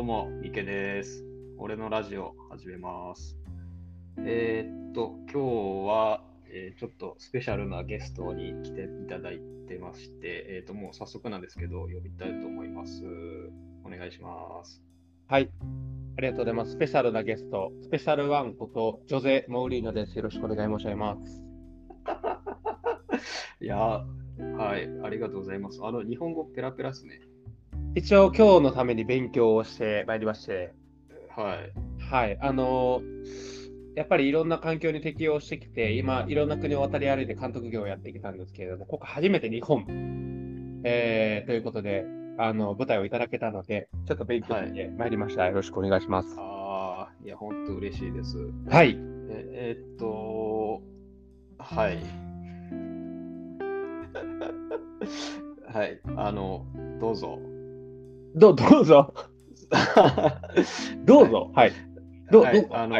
も、ミケです。俺のラジオ始めます。今日は、ちょっとスペシャルなゲストに来ていただいてまして、もう早速なんですけど、呼びたいと思います。お願いします。 はい、ありがとうございます。スペシャルなゲスト、スペシャルワンことジョゼ・モーリーノです。よろしくお願い申し上げます。 いや、はい、ありがとうございます。日本語ペラペラですね。 一応、今日のために勉強をしてまいりまして、 はい。 はい、やっぱりいろんな環境に適応してきて、今、いろんな国を渡り歩いて監督業をやってきたんですけれども、ここ初めて日本、ということで、舞台をいただけたので、ちょっと勉強してまいりました。よろしくお願いします。 いや、本当嬉しいです。 はい。 はい。はい、どうぞ。 どうぞ。どうぞ。はい。どうぞ。 はい。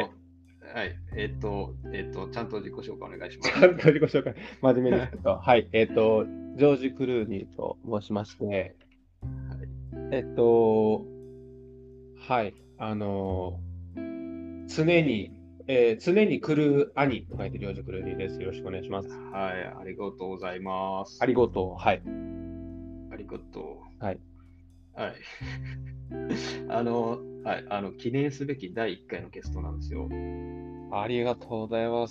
ちゃんと自己紹介お願いします。 ちゃんと自己紹介、真面目にすると。はい。ジョージ・クルーニーと申しまして、はい。常に来る兄と書いてジョージ・クルーニーです。よろしくお願いします。 はい、ありがとうございます。 ありがとう。はい。 ありがとう。 はい。 はい。はい、記念すべき第1回のゲストなんですよ。 ありがとうございます。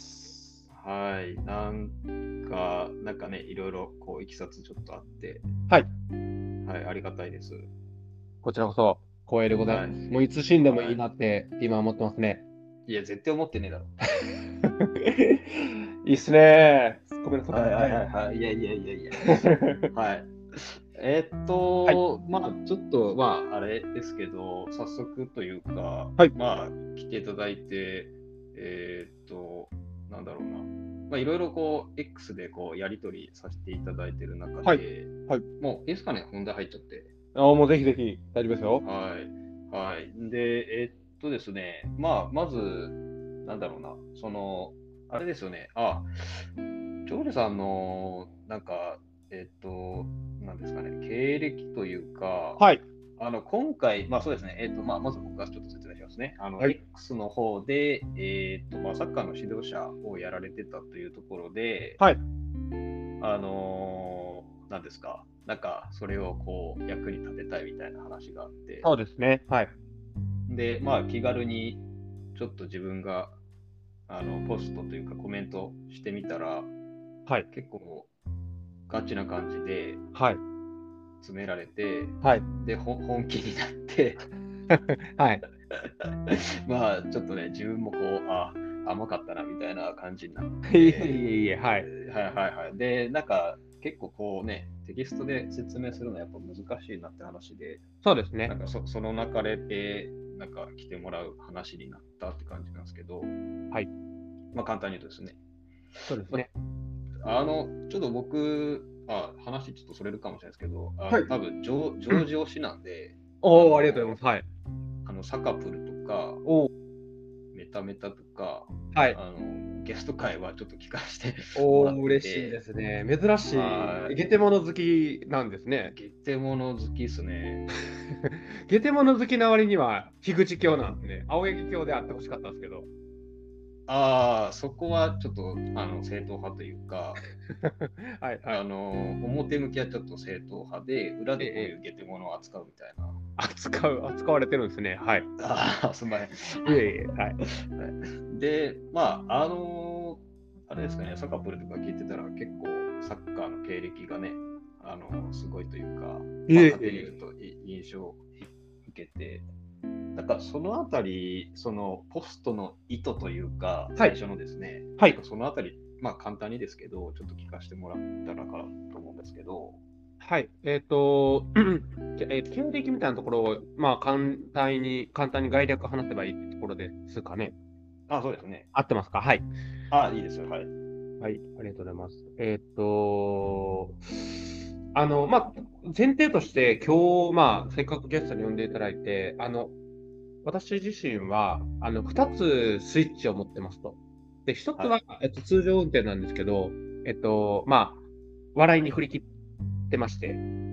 はい。なんかね、いろいろこう、いきさつちょっとあって。 はい。 はい、ありがたいです。 こちらこそ光栄でございます。もういつ死んでもいいなって今思ってますね。 いや、絶対思ってねえだろ。 いいっすね。ごめんなさい。 はい。いや。はい。まあ、ちょっと、まあ、あれですけど、早速というか、 はい。 まあ、来ていただいて、なんだろうな。まあ、いろいろこう、X でこう、やり取りさせていただいてる中で、 はい。 もう、いいですかね、本題入っちゃって。 もうぜひぜひ、大丈夫ですよ。 はい。で、ですね、まあ、まず、なんだろうな、あれですよね、ジョージさんの、なんか、なんですかね、経歴というか、 はい。 今回、まあそうですね、まあ、まず僕がちょっと説明しますね。 はい。 X の方で、まあ、サッカーの指導者をやられてたというところで、 はい。 なんですか、なんか、それをこう、役に立てたいみたいな話があって、 そうですね。はい。 で、まあ、気軽に、ちょっと自分が、ポストというかコメントしてみたら、 はい。 結構、ガチな感じで、 はい。 詰められて、 はい。 で、本気になってはい。 まあ、ちょっとね、自分もこう、甘かったなみたいな感じになっいえて、 いえ、はい。 で、なんか、結構こうね、テキストで説明するのはやっぱ難しいなって話で、 そうですね。 なんかその流れで、なんか来てもらう話になったって感じなんですけど、 はい。 まあ簡単に言うとですね、 そうですね。 ちょっと僕、話ちょっとそれるかもしれないですけど、 はい。 多分ジョージ推しなんで、 ありがとうございます。はい。 サカプルとか、 おメタメタとか、 はい。 ゲスト会はちょっと聞かせてもらってて、 嬉しいですね。珍しい。ゲテモノ好きなんですね。 ゲテモノ好きですね。 ゲテモノ好きな割には、樋口教なんですね。青柳教であってほしかったんですけど。 そこはちょっと正統派というか、 はいはい。 表向きはちょっと正統派で、裏でこういうゲテモノを扱うみたいな。 扱われてるんですね。はい。 すみません。 はい。 で、まあ、あれですかね、サッカープルとか聞いてたら結構サッカーの経歴がね、すごいというか、まあ、勝手に言うと印象を受けて、なんかそのあたり、そのポストの意図というか、最初のですね、 はい。 そのあたり、まあ簡単にですけど、ちょっと聞かせてもらったらかと思うんですけど。 はい。経歴みたいなところを、まあ、簡単に概略話せばいいところですかね。 そうですね。 合ってますか？はい。 いいですよ。はい。 はい、ありがとうございます。まあ、前提として、今日、まあ、せっかくゲストに呼んでいただいて、私自身は、2つスイッチを持ってますと。で、1つは、通常運転なんですけど、まあ、笑いに振り切ってまして、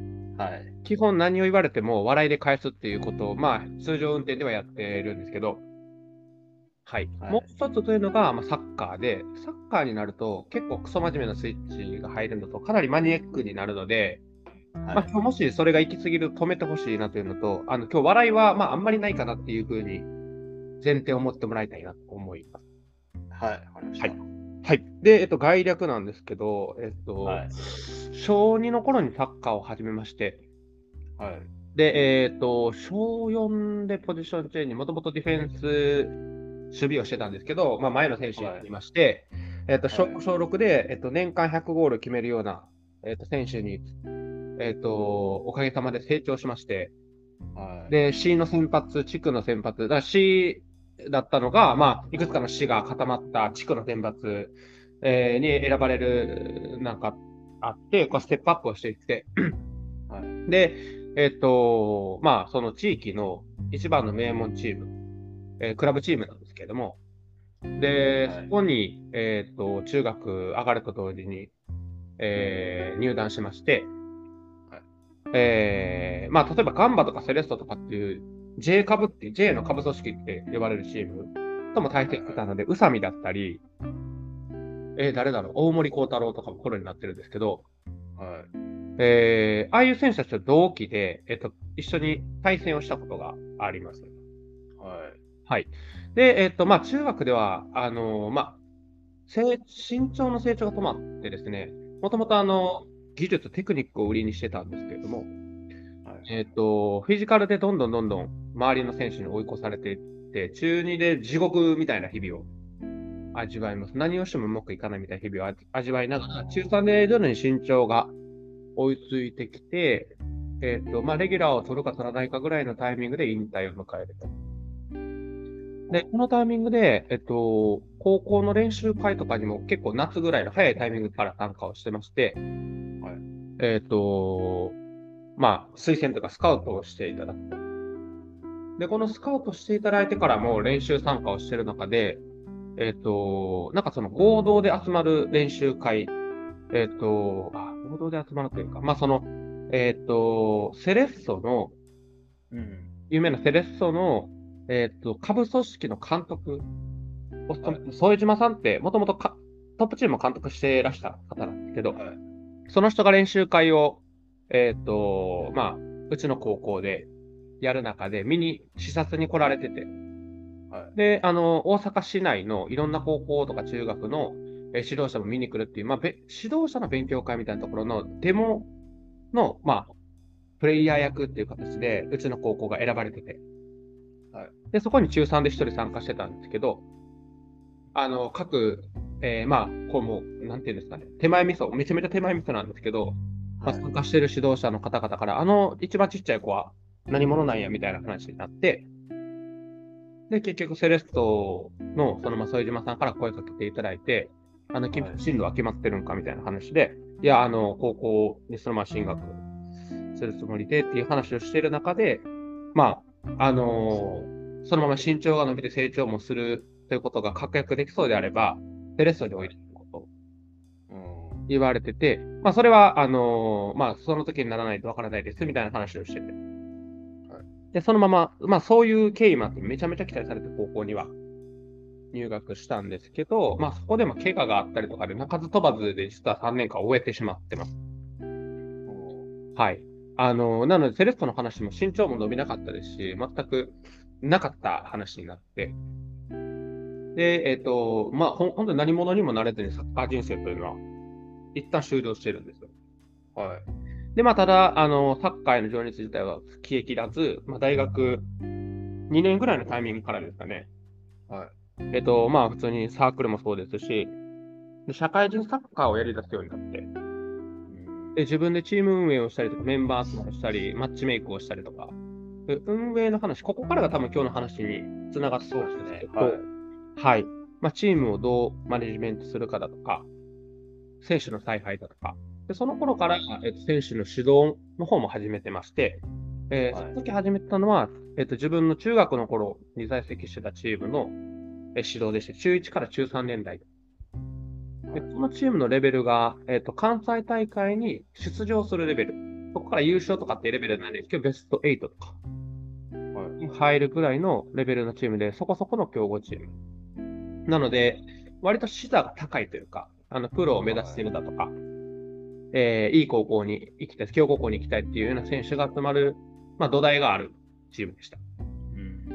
はい基本何を言われても笑いで返すっていうことを、まあ、通常運転ではやってるんですけど、はい。もうはい。 一つというのが、まあ、サッカーで、サッカーになると結構クソ真面目なスイッチが入るのと、かなりマニアックになるので、まあ、 はい。 今日もしそれが行き過ぎると止めてほしいなというのと、今日笑いは、まあ、あんまりないかなっていうふうに前提を持ってもらいたいなと思います。 はい。わかりましはい。 た。 はい。で、概略なんですけど、 はい。 小2の頃にサッカーを始めまして、 はい。 で、小4でポジションチェンジ、もともとディフェンス、守備をしてたんですけど、まあ、前の選手になりはい。 まして、小はい。 小6で、年間100ゴール決めるような、選手に、おかげさまで成長しまして、 はい。 で、C の先発、地区の先発、だから C だったのが、まあ、いくつかの市が固まった地区の選抜、に選ばれる、なんかあって、こうステップアップをしていって、 はい。 で、まあ、その地域の一番の名門チーム、クラブチームなんですけれども、で、そはい。 こに、中学上がると同時に、入団しまして、 はい。 まあ、例えばガンバとかセレッソとかっていう J 株っていう J の株組織って呼ばれるチームとも対はい。はい。 戦してたので、宇佐美だったり、誰だろう、大森幸太郎とかもプロになってるんですけど、 はい。 ああいう選手たちと同期で、一緒に対戦をしたことがあります。 はい。 はい。で、まあ、中学では、まあ、身長の成長が止まってですね、もともと技術、テクニックを売りにしてたんですけれども、 はい。 フィジカルでどんどんどんどん周りの選手に追い越されていって、中2で地獄みたいな日々を味わいます。何をしてもうまくいかないみたいな日々を味わいながら、中3で徐々に身長が追いついてきて、まあ、レギュラーを取るか取らないかぐらいのタイミングで引退を迎えると。で、このタイミングで、高校の練習会とかにも結構夏ぐらいの早いタイミングから参加をしてまして、 はい。 えっと、まあ、推薦とかスカウトをしていただくと。で、このスカウトしていただいてからも練習参加をしている中で、なんかその合同で集まる練習会、合同で集まるというか、まあその、セレッソの、 うん。 有名なセレッソの、下部組織の監督を務はい。 めて、副島さんって、もともとトップチームを監督していらした方なんですけど、 はい。 その人が練習会を、まあ、うちの高校でやる中で、視察に来られてて、 はい。 で、大阪市内のいろんな高校とか中学の、指導者も見に来るっていう、まあ、指導者の勉強会みたいなところのデモの、まあ、プレイヤー役っていう形で、うちの高校が選ばれてて、 はい。 で、そこに中3で一人参加してたんですけど、各、まあ、こうもう、なんていうんですかね、手前味噌、めちゃめちゃ手前味噌なんですけど、まあ、 はい。 参加してる指導者の方々から、一番ちっちゃい子は何者なんやみたいな話になって、で、結局、セレッソの、その、まあ、副島さんから声かけていただいて、君、 はい。 進路は決まってるんかみたいな話で、いや、高校にそのまま進学するつもりでっていう話をしている中で、まあ、そのまま身長が伸びて成長もするということが確約できそうであれば、セレッソにおいではい。 ということをうん。 言われてて、まあ、それは、まあ、その時にならないとわからないですみたいな話をしてて。 はい。 で、そのまま、まあ、そういう経緯もあって、めちゃめちゃ期待されて高校には入学したんですけど、まあ、そこでも怪我があったりとかで、鳴かず飛ばずで実は3年間終えてしまってます。 うん。 はい。なので、セレッソの話も身長も伸びなかったですし、全くなかった話になって、で、まあ、本当に何者にもなれずにサッカー人生というのは、一旦終了しているんですよ。 はい。 で、まあ、ただ、サッカーへの情熱自体は消えきらず、まあ、大学2年ぐらいのタイミングからですかね。 はい。 まあ、普通にサークルもそうですし、で社会人サッカーをやり出すようになって、 うん。 で、自分でチーム運営をしたりとか、メンバー集まりしたり、マッチメイクをしたりとか、で運営の話、ここからが多分今日の話につながってくそうるんですね。 ですけど、 はい。 はい。まあ、チームをどうマネジメントするかだとか、選手の采配だとか、でその頃から、 はい。 選手の指導の方も始めてまして、そはい。 の時始めたのは、自分の中学の頃に在籍してたチームの、指導でして、中1から中3年代。で、 はい。 このチームのレベルが、関西大会に出場するレベル。 そこから優勝とかっていうレベルなんですけど、ベスト8とかはい。 に入るぐらいのレベルのチームで、そこそこの強豪チーム。なので、割と視座が高いというか、プロを目指しているだとか、いい高校に行きたい、強豪校に行きたいっていうような選手が集まる、まあ、土台があるチームでした。 うん。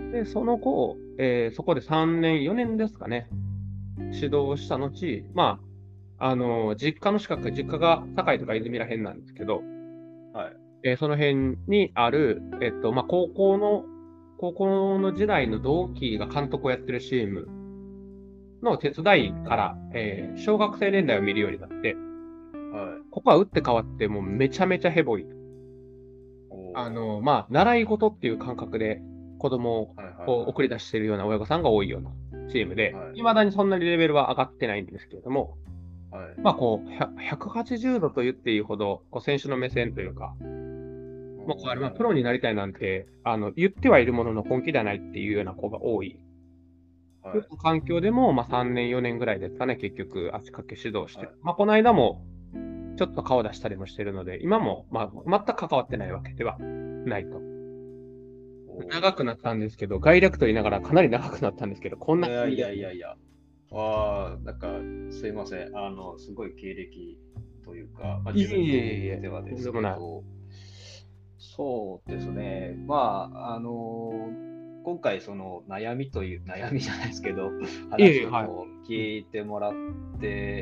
で、その後、そこで3年、4年ですかね、指導した後、まあ、実家の近く、実家が堺とか泉ら辺なんですけど、 はい。 その辺にある、まあ、高校の時代の同期が監督をやってるチームの手伝いから、小学生年代を見るようになって、 はい。 ここは打って変わってもうめちゃめちゃヘボい。 おー。 まあ、習い事っていう感覚で子供をはいはいこうは送り出しているような親御さんが多いようなチームで、 い。はい。 いまだにそんなにレベルは上がってないんですけれども、 はい。 まあ、こう、180度と言っていいほど、こう選手の目線というか、もうこれ、まあ、プロになりたいなんて、言ってはいるものの本気ではないっていうような子が多い。 はい。 環境でも、まあ、3年、4年ぐらいですかね、結局、足掛け指導して。 はい。 まあ、この間も、ちょっと顔出したりもしてるので、今も、まあ、全く関わってないわけではないと。長くなったんですけど、概略と言いながらかなり長くなったんですけど、こんないやい感じですね。 やいやいや。なんか、すいません。すごい経歴というか、まあ、 いえ自分にとっいえいえ、 てはですとんでもない。 けど、そうですね。まあ、今回、その悩みという、悩みじゃないですけど、 いえいえ、 話をはい。 こううん、 聞いてもらって、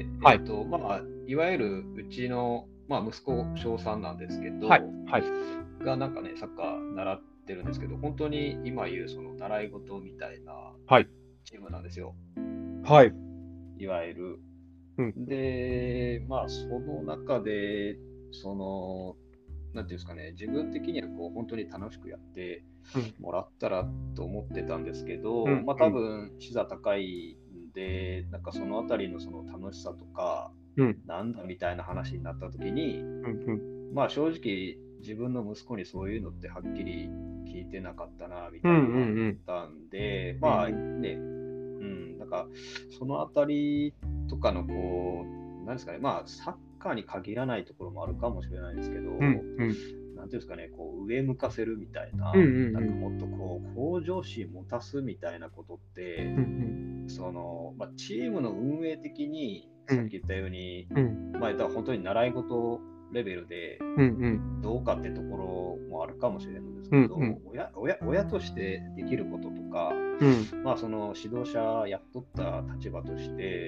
はい、 まあ、いわゆるうちの、まあ、息子、小3なんですけはい、 ど、 はい、 がなんかね、サッカー習ってるんですけど、本当に今言うその習い事みたいなはい、 チームなんですよ。 はい。 いわゆる。 うん、 で、まあ、その中で、その、なんていうんですかね、自分的にはこう本当に楽しくやってうん、 もらったらと思ってたんですけど、 うん、 まあ多うん、 分、視座高いんで、なんかそのあたりのその楽しさとか、 うん、 なんだみたいな話になった時に、 うん、うん、 まあ正直、自分の息子にそういうのってはっきり聞いてなかったな、みうん、 たいなのがあっうん、 たんで、 うん、 まあうん、 ね、なんか、そのあたりとかの、こう、なんですかね、まあ、サッカーに限らないところもあるかもしれないですけど、 うん、うん、 なんていうんですかね、こう、上向かせるみたいうん、 な、 うん、 なんかもっとこう、向上心持たすみたいなことって、 うん、 その、まあ、チームの運営的に、 うん、 さっき言ったように、 うん、 まあ、言ったら本当に習い事レベルで、 うん、 どうかってところもあるかもしれないんですうん、うけど、 ん、 親としてできることとか、 うん、 まあその指導者やっとった立場として、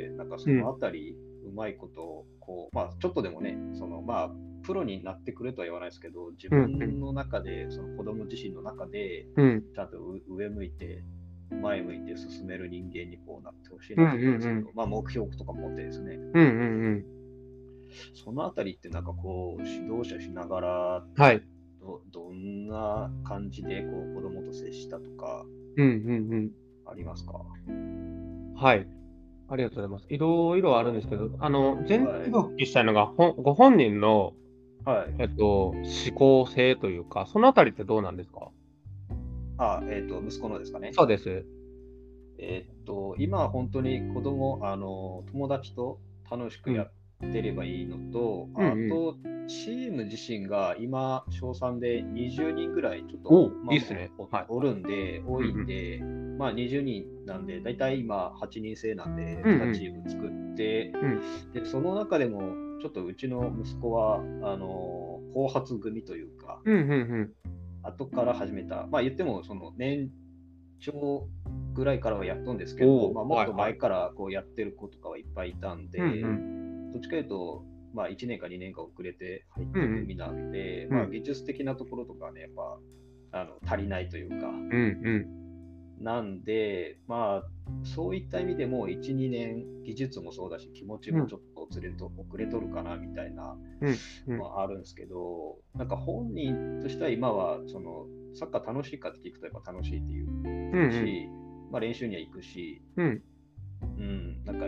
なんかそのあうん、 たり、うまいことを、こう、まあちょっとでもね、そのまあ、プロになってくれとは言わないですけど、自うん、うん、 分の中で、その子供自身の中で、 うん、 ちゃんと上向いて、前向いて進める人間にこうなってほしいうん、 なと思うんですうん、 けど、まあ目標とか持ってですね、 うん、うん、 そのあたりってなんかこう、指導者しながら、 はい。 どんな感じでこう子供と接したとかうん、うん、うん。 ありますか？ははい。ありがとうございます。いろいろあるんですけど、前提でい。 お聞きしたいのが、ご本人の、 はい。 思考性というか、そのあたりってどうなんですか？ 息子のですかね。 そうです。 今は本当に子供、友達と楽しくうん。 やってればいいのと、 うんうん。 あと、チーム自身が今、小3で20人ぐらい、ちょっと、 おお、 まあ、 いいっすね。はい。 おるんで、多うんうん。 いんで、まあ、20人なんで、だいたい今、8人制なんで、 うん 2チーム作って、 うん。うん。 で、その中でも、ちょっとうちの息子は、後発組というか、 うんうんうん。 後から始めた、まあ言っても、その年長ぐらいからはやっとんですけど、 おお、 まあ、もっとはいはい。 前からこうやってる子とかはいっぱいいたんうんうで、 ん。 どっちかというと、まあ、1年か2年か遅れて入っうんうん。 た組なんで、まあ、 うん。 技術的なところとかね、やっぱ足りないというか、 うんうん。 なんで、まあ、そういった意味でも、1、2年、技術もそうだし、気持ちうん。 もちょっと遅れとるかなみたいなうんうん。 のはあるんですけど、なんか本人としては今は、そのサッカー楽しいかって聞くと、やっぱ楽しいって言ってうんうん。 るし、まあ、練習には行くし、 うん。 なんか、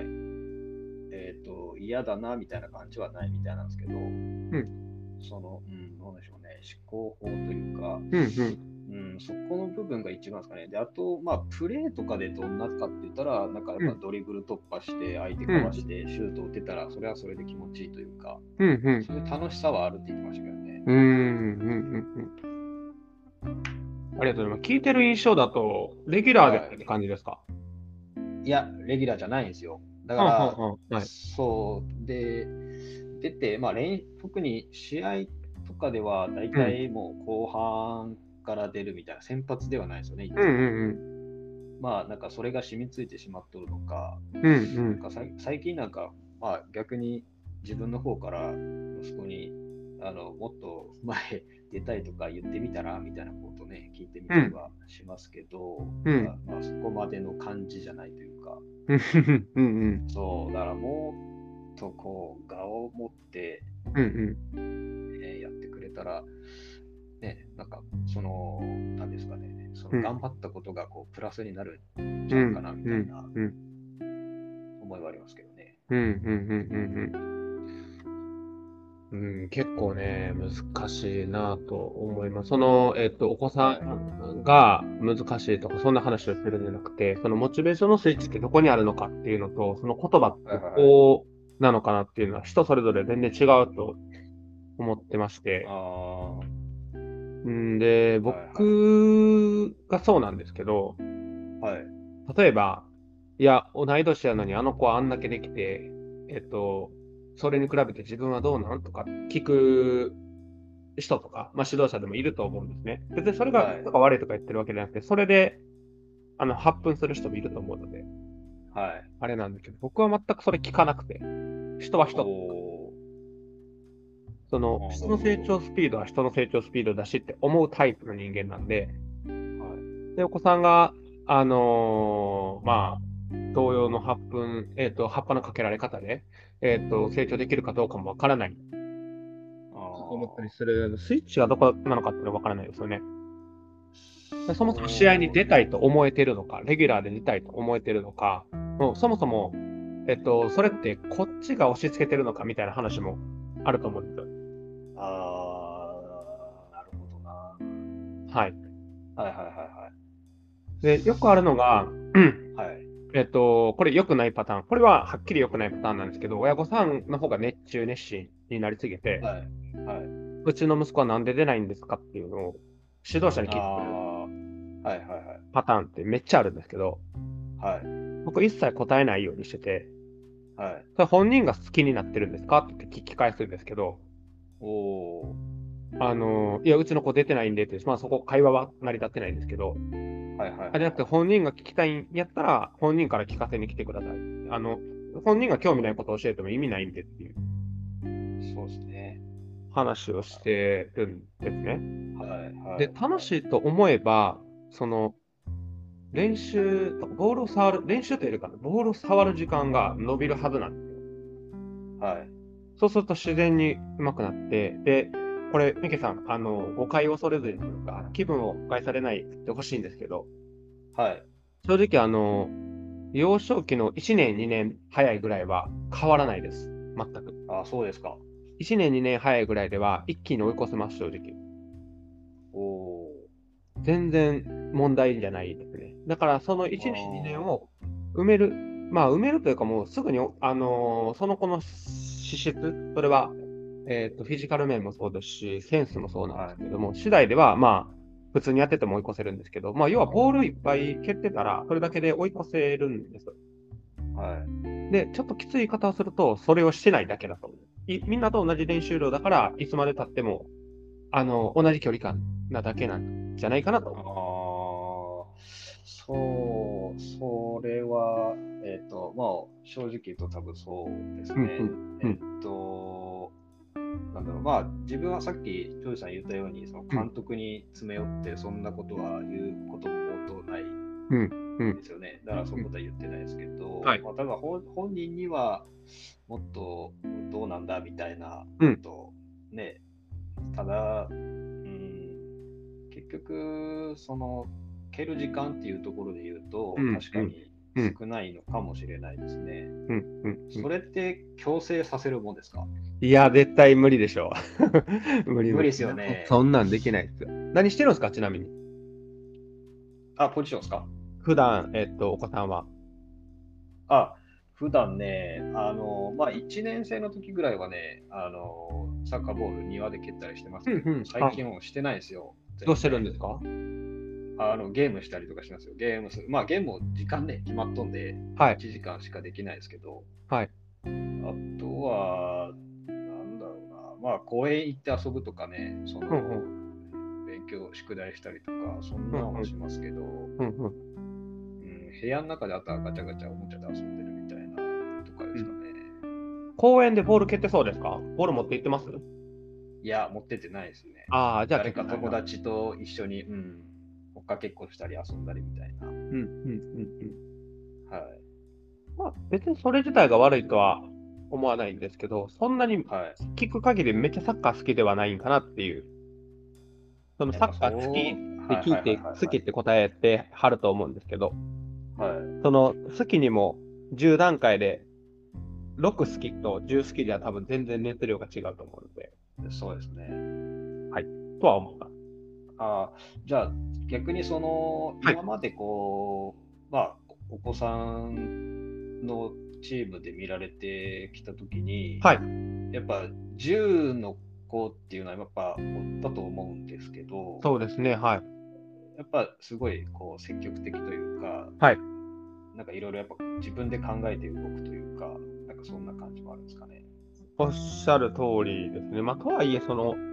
嫌だなみたいな感じはないみたいなんですけど、 うん。 どうでしょうね、思考法というか、 うんうん。 そこの部分が一番ですかね。で、あと、まあ、プレーとかでどんなかって言ったら、なんかやっうん。 ぱドリブル突破して、相手うん。 かわして、シュート打てたら、それはそれで気持ちいいというか、 うんうん。 そういう楽しさはあるって言ってましたけどね。 うん。ありがとうございます。聞いてる印象だと、レギュラーでって感じですか？ いや、レギュラーじゃないんですよ。だうんうんから、 うん。はい。 そうで、出て、まあ、特に試合とかでは、大うん。 体もう後半から出るみたいな、先発ではないですよね、いうんつも。 うんまあ、なんかそれが染みついてしまっとるのか、 うん。うんなんか最近なんか、まあ、逆に自分の方から息子に、もっと前出たいとか言ってみたらみたいなことをね、聞いてみうん。 たりはしますけど、 うん。 ただ、まあ、そこまでの感じじゃないというか、 うんうんそう、だからもっとこう、我を持って、 うんやってくれたら、ね、なんか、なんですかね、 うん頑張ったことがこうプラスになるんちうんゃうかなみうんたいなうん思いはありますけどね。 うん、結構ね、難しいなと思います。お子さはい。 んが難しいとか、そんな話をしてるんじゃなくて、そのモチベーションのスイッチってどこにあるのかっていうのと、その言葉ってはいはいはい。 こうなのかなっていうのは、人それぞれ全然違うと思ってましあて。 あ、はんで、 いはい僕がそうなんですけど、 はい。 例えば、いや、同い年やのにあの子はあんだけできて、それに比べて自分はどうなんとか聞く人とか、まあ、指導者でもいると思うんですね。別にそれがいいとか悪いとか言ってるわけじゃなくて、それで発奮する人もいると思うので、 はい。 あれなんだけど、僕は全くそれ聞かなくて、人は人。 お人なるほど。 の成長スピードは人の成長スピードだしって思うタイプの人間なんで、 はいで、お子さんが、まあ、同様の葉っぱのかけられ方で、成長できるかどうかもわからないあと思ったりあ、 する、スイッチがどこなのかっていうのはわからないですよね。そもそも試合にそうです。 出たいと思えてるのか、レギュラーで出たいと思えてるのか、もうそもそも、それってこっちが押し付けてるのかみたいな話もあると思うんですよ。 ああ、なるほどな。 はい。 はいはいはで、よくあるのが、 いはい。はい。 これ良くないパターン。これははっきり良くないパターンなんですけど、親御さんの方が熱心になりすぎて、 はい。はい。 うちの息子はなんで出ないんですかっていうのを指導者にあ聞いてくるあ、はいはいはい。 パターンってめっちゃあるんですけど、 はい。 僕一切答えないようにしてて、 はい。 それ本人が好きになってるんですかって聞き返すんですけど、 おー。 いや、うちの子出てないんでって、まあそこ会話は成り立ってないんですけど、 はいはいはいじゃなくては本人が聞きたいんやったら、本人から聞かせに来てください。本人が興味ないことを教えても意味ないんでっていうい。そうですね。 話をしてるんですね。 はいはで、 い。 楽しいと思えば、練習、ボールを触る、練習というよりかな、ボールを触る時間が伸びるはずなんですよ。 はい。 そうすると自然に上手くなって、で、これ、ミケさん、誤解を恐れずにというか、気分を誤解されないでほしいんですけど、 はい。 正直、幼少期の1年、2年早いぐらいは変わらないです。全く。 あ、そうですか。 1年、2年早いぐらいでは一気に追い越せます、正直。 お全然問題じゃないですね。だから、その1年、2年ー。 を埋める、まあ、埋めるというか、もうすぐに、その子の資質、それは、フィジカル面もそうですし、センスもそうなんですけども、次第では、まあ、普通にやってても追い越せるんですけど、まあ、要はボールいっぱい蹴ってたら、それだけで追い越せるんです。 はい。 で、ちょっときつい言い方をすると、それをしてないだけだと思う。みんなと同じ練習量だから、いつまで経っても、同じ距離感なだけなんじゃないかなとあ思あ、そう、それは、まあ、正直言うと多分そうですう。うんね。 うんうんなんだろう、まあ、自分はさっき、ジョージさん言ったように、そのうん監督に詰め寄って、そんなことは言うことももっとないうんうんですよね。だからそういうことは言ってないですけど、 はいまあ、ただ本人にはもっとどうなんだみたいなうんことね、ただ、結局、蹴る時間っていうところで言うと、 うん確かにうん少ないのかもしれないですね。 うん。 それって強制させるもんですか？ いや、絶対無理でしょう。無理無理。 無理ですよね。 そんなんできないですよ。何してるんですか、ちなみに。 あ、ポジションですか？ 普段、お子さんは。 あ、 普段ね、まあ、1年生の時ぐらいはね、サッカーボール庭で蹴ったりしてますけど、最近もしてないですよ。 どうしてるんですか？ ゲームしたりとかしますよ。ゲームする。まあ、ゲームも時間ね、決まっとんで、 はい。 1時間しかできないですけど、 はい。 あとは、なんだろうな、まあ、公園行って遊ぶとかね、勉強、宿題したりとか、そんなのはしますけど、部屋の中であとはガチャガチャおもちゃで遊んでるみたいなとかですかね。 公園でボール蹴ってそうですか？ボール持って行ってます？ いや、持ってってないですね。 ああ、じゃあ誰か友達と一緒に、追っかけっこしたり遊んだりみたいな。はい。 まあ、別にそれ自体が悪いとは思わないんですけど、そんなに聞く限りめっちゃサッカー好きではないんかなっていう。そのサッカー好きって聞いて、好きって答えてはると思うんですけど、その好きにも10段階で6好きと10好きでは多分全然熱量が違うと思うので。 そうですね。 はい。とは思った。 じゃあ逆に今までまあ、お子さんのチームで見られてきたときに、やっぱ10の子っていうのはやっぱおったと思うんですけど、 そうですね、はい。 やっぱすごい積極的というか、なんかいろいろやっぱ自分で考えて動くというか、なんかそんな感じもあるんですかね。 おっしゃる通りですね。まあ、とはいえ、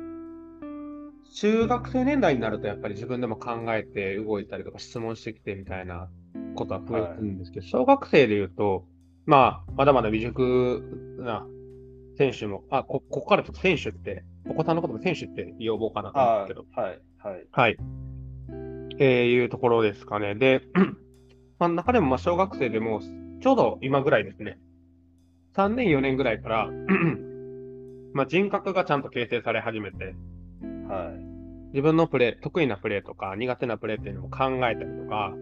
中学生年代になるとやっぱり自分でも考えて動いたりとか質問してきてみたいなことは増えてるんですけど、小学生で言うと、まあ、まだまだ未熟な選手も、ここからちょっと選手って、お子さんのことも選手って呼ぼうかなと思うんですけど、はい。いうところですかね。で、まあ、中でもまあ小学生でもちょうど今ぐらいですね。3年、4年ぐらいからまあ人格がちゃんと形成され始めて、自分の得意なプレーとか苦手なプレーっていうのも考えたりとか、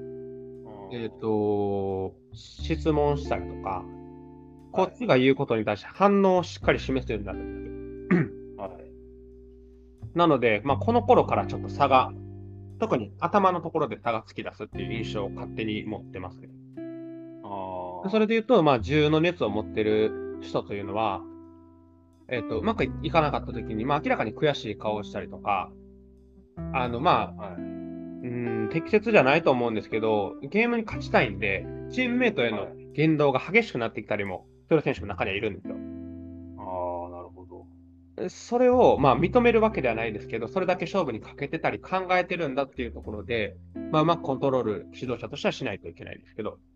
質問したりとか、こっちが言うことに対して反応をしっかり示すようになるんですよ。なので、まあ、この頃からちょっと差が、特に頭のところで差が突き出すっていう印象を勝手に持ってますね。それで言うと、まあ、10の熱を持ってる人というのは、うまくいかなかった時に、まあ、明らかに悔しい顔をしたりとか、適切じゃないと思うんですけど、ゲームに勝ちたいんで、チームメイトへの言動が激しくなってきたりも、する選手も中にはいるんですよ。 なるほど。 それを、まあ、認めるわけではないですけど、それだけ勝負にかけてたり考えてるんだっていうところで、まあ、うまくコントロール、指導者としてはしないといけないんですけど。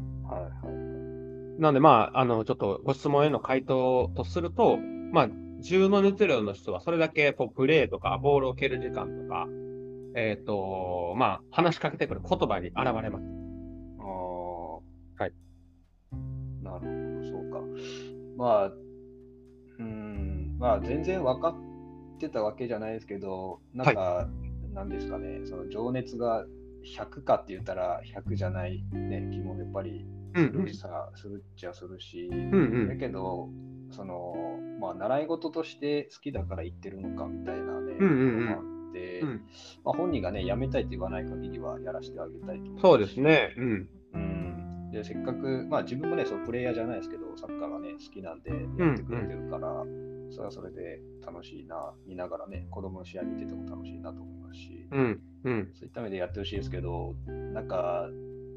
なので、まあ、ちょっとご質問への回答とすると、まあ、10の熱量の人はそれだけプレーとか、ボールを蹴る時間とか、まあ、話しかけてくる言葉に現れます。はい。 なるほど、そうか。まあ、まあ、全然分かってたわけじゃないですけど、なんか、なんですかね、その情熱が100かって言ったら100じゃないね、気もやっぱりするするっちゃするし、だけど、まあ、習い事として好きだから言ってるのかみたいなね、ところもあって、まあ、本人がね、やめたいと言わない限りはやらせてあげたいと思う。 そうですね。 でせっかく、まあ自分もね、プレイヤーじゃないですけど、サッカーがね、好きなんでやってくれてるから、それはそれで楽しいな、見ながらね、子供の試合見てても楽しいなと思いますし、そういった目でやってほしいですけど、なんか、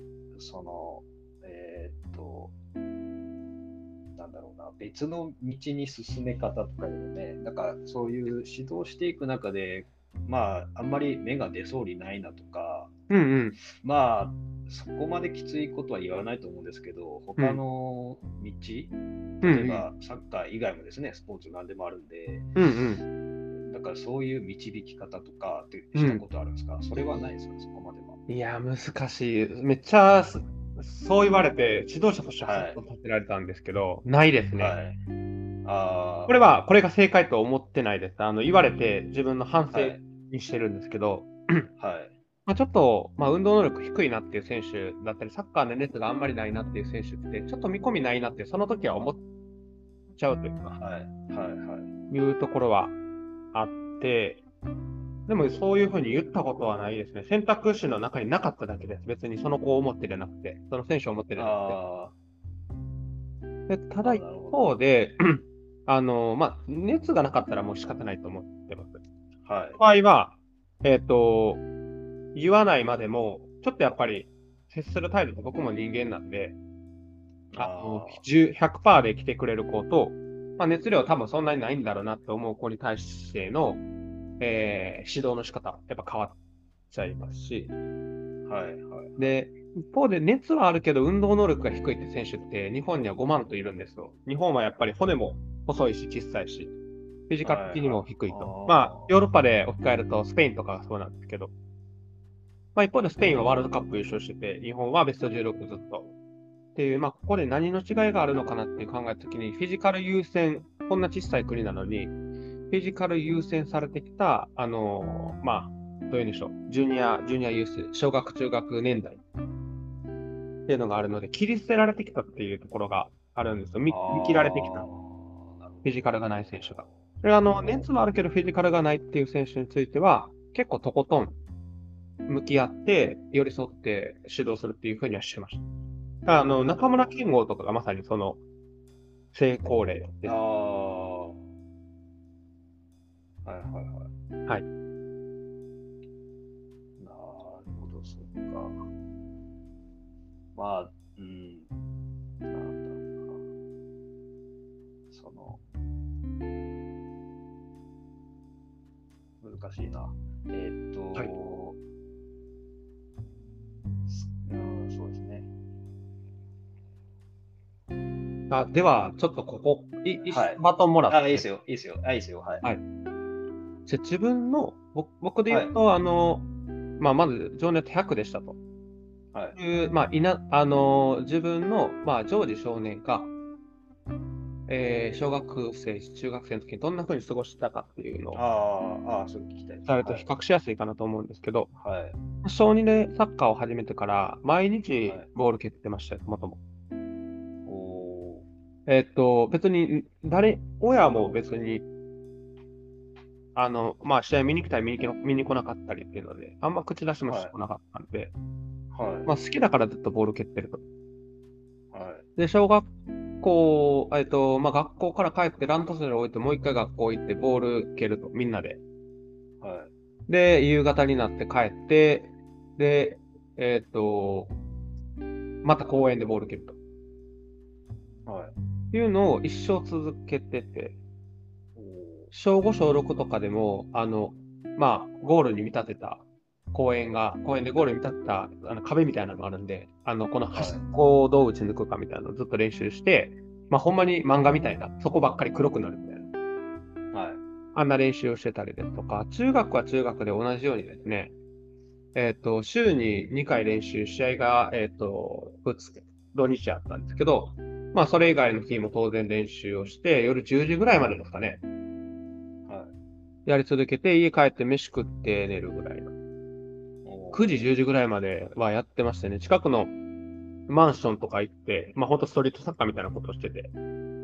なんだろうな、別の道に進め方とかいうのね、なんかそういう指導していく中で、まあ、あんまり芽が出そうにないなとか、まあ、そこまできついことは言わないと思うんですけど、他の道、例えばサッカー以外もですね、スポーツ何でもあるんで、だからそういう導き方とかってしたことあるんですか？それはないですか、そこまでは。 いや、難しい。めっちゃ、そう言われて、指導者としてはっと立てられたんですけど、ないですね。これが正解と思ってないです。言われて自分の反省にしてるんですけど、まあちょっと、まあ、運動能力低いなっていう選手だったり、サッカーの熱があんまりないなっていう選手って、ちょっと見込みないなって、その時は思っちゃうというか、いうところはあって、でもそういうふうに言ったことはないですね。選択肢の中になかっただけです。別にその子を思ってじゃなくて、その選手を思ってじゃなくて。 でただ一方で、熱がなかったらもう仕方ないと思ってます。 はい。 場合は、言わないまでも、ちょっとやっぱり接する態度って僕も人間なんで、100%で来てくれる子と、熱量多分そんなにないんだろうなと思う子に対しての、指導の仕方、やっぱ変わっちゃいますし、 はいはい。 で、一方で熱はあるけど運動能力が低いって選手って日本には5万といるんですよ。日本はやっぱり骨も細いし小さいし、フィジカル的にも低いと。ヨーロッパで置き換えるとスペインとかがそうなんですけど、一方でスペインはワールドカップ優勝してて、日本はベスト16ずっと。っていう、ここで何の違いがあるのかなって考えたときに、フィジカル優先、こんな小さい国なのに、フィジカル優先されてきた、どういうんでしょう、ジュニアユース、小学、中学年代っていうのがあるので、切り捨てられてきたっていうところがあるんですよ。見切られてきた、フィジカルがない選手が。で、熱はあるけどフィジカルがないっていう選手については、結構とことん向き合って、寄り添って指導するっていうふうにはしてました。中村健吾とかがまさにその成功例です。 はいはいはい。 はい。 なるほど、そっか。なんだろうな。難しいな。 はい。 そうですね。 では、ちょっとここ、 はい。 バトンもらっいいでて、 すよ、いいですよ、いいですよ、はい。 はい。自分の、僕ではい。 言うと、まず、情熱100でしたと。 はい。 いう、自分の、常時少年が、小学生、中学生の時にどんな風に過ごしてたかっていうのをそう聞きたいです。 伝えるとはい。 比較しやすいかなと思うんですけど、 はい。 小2でサッカーを始めてから、毎日はい。 ボール蹴ってましたよ、もとも。 お別に、親も別に、試合見に来たり見に来なかったりっていうので、あんま口出しもしてこなかったんで、 はい。 好きだからずっとボール蹴ってると。 はい。 で、小学校、学校から帰ってランドセル置いて、もう一回学校行ってボール蹴ると、みんなで。 はい。 で、夕方になって帰って、で、えっと、また公園でボール蹴ると。 はい。 いうのを一生続けてて、 お小5、小6とかでも、ゴールに見立てた公園でゴールに見立てた壁みたいなのがあるんで、この端っこをどう打ち抜くかみたいなのをずっと練習して、ほんまに漫画みたいな、そこばっかり黒くなるみたいな。 はい。 あんな練習をしてたりですとか、中学は中学で同じようにですね、週に2回練習、試合が、土日あったんですけど、それ以外の日も当然練習をして、夜10時ぐらいまでですかね、 はい。 やり続けて、家帰って飯食って寝るぐらいの。9時、10時ぐらいまではやってましたね。近くのマンションとか行って、ほんとストリートサッカーみたいなことをしてて、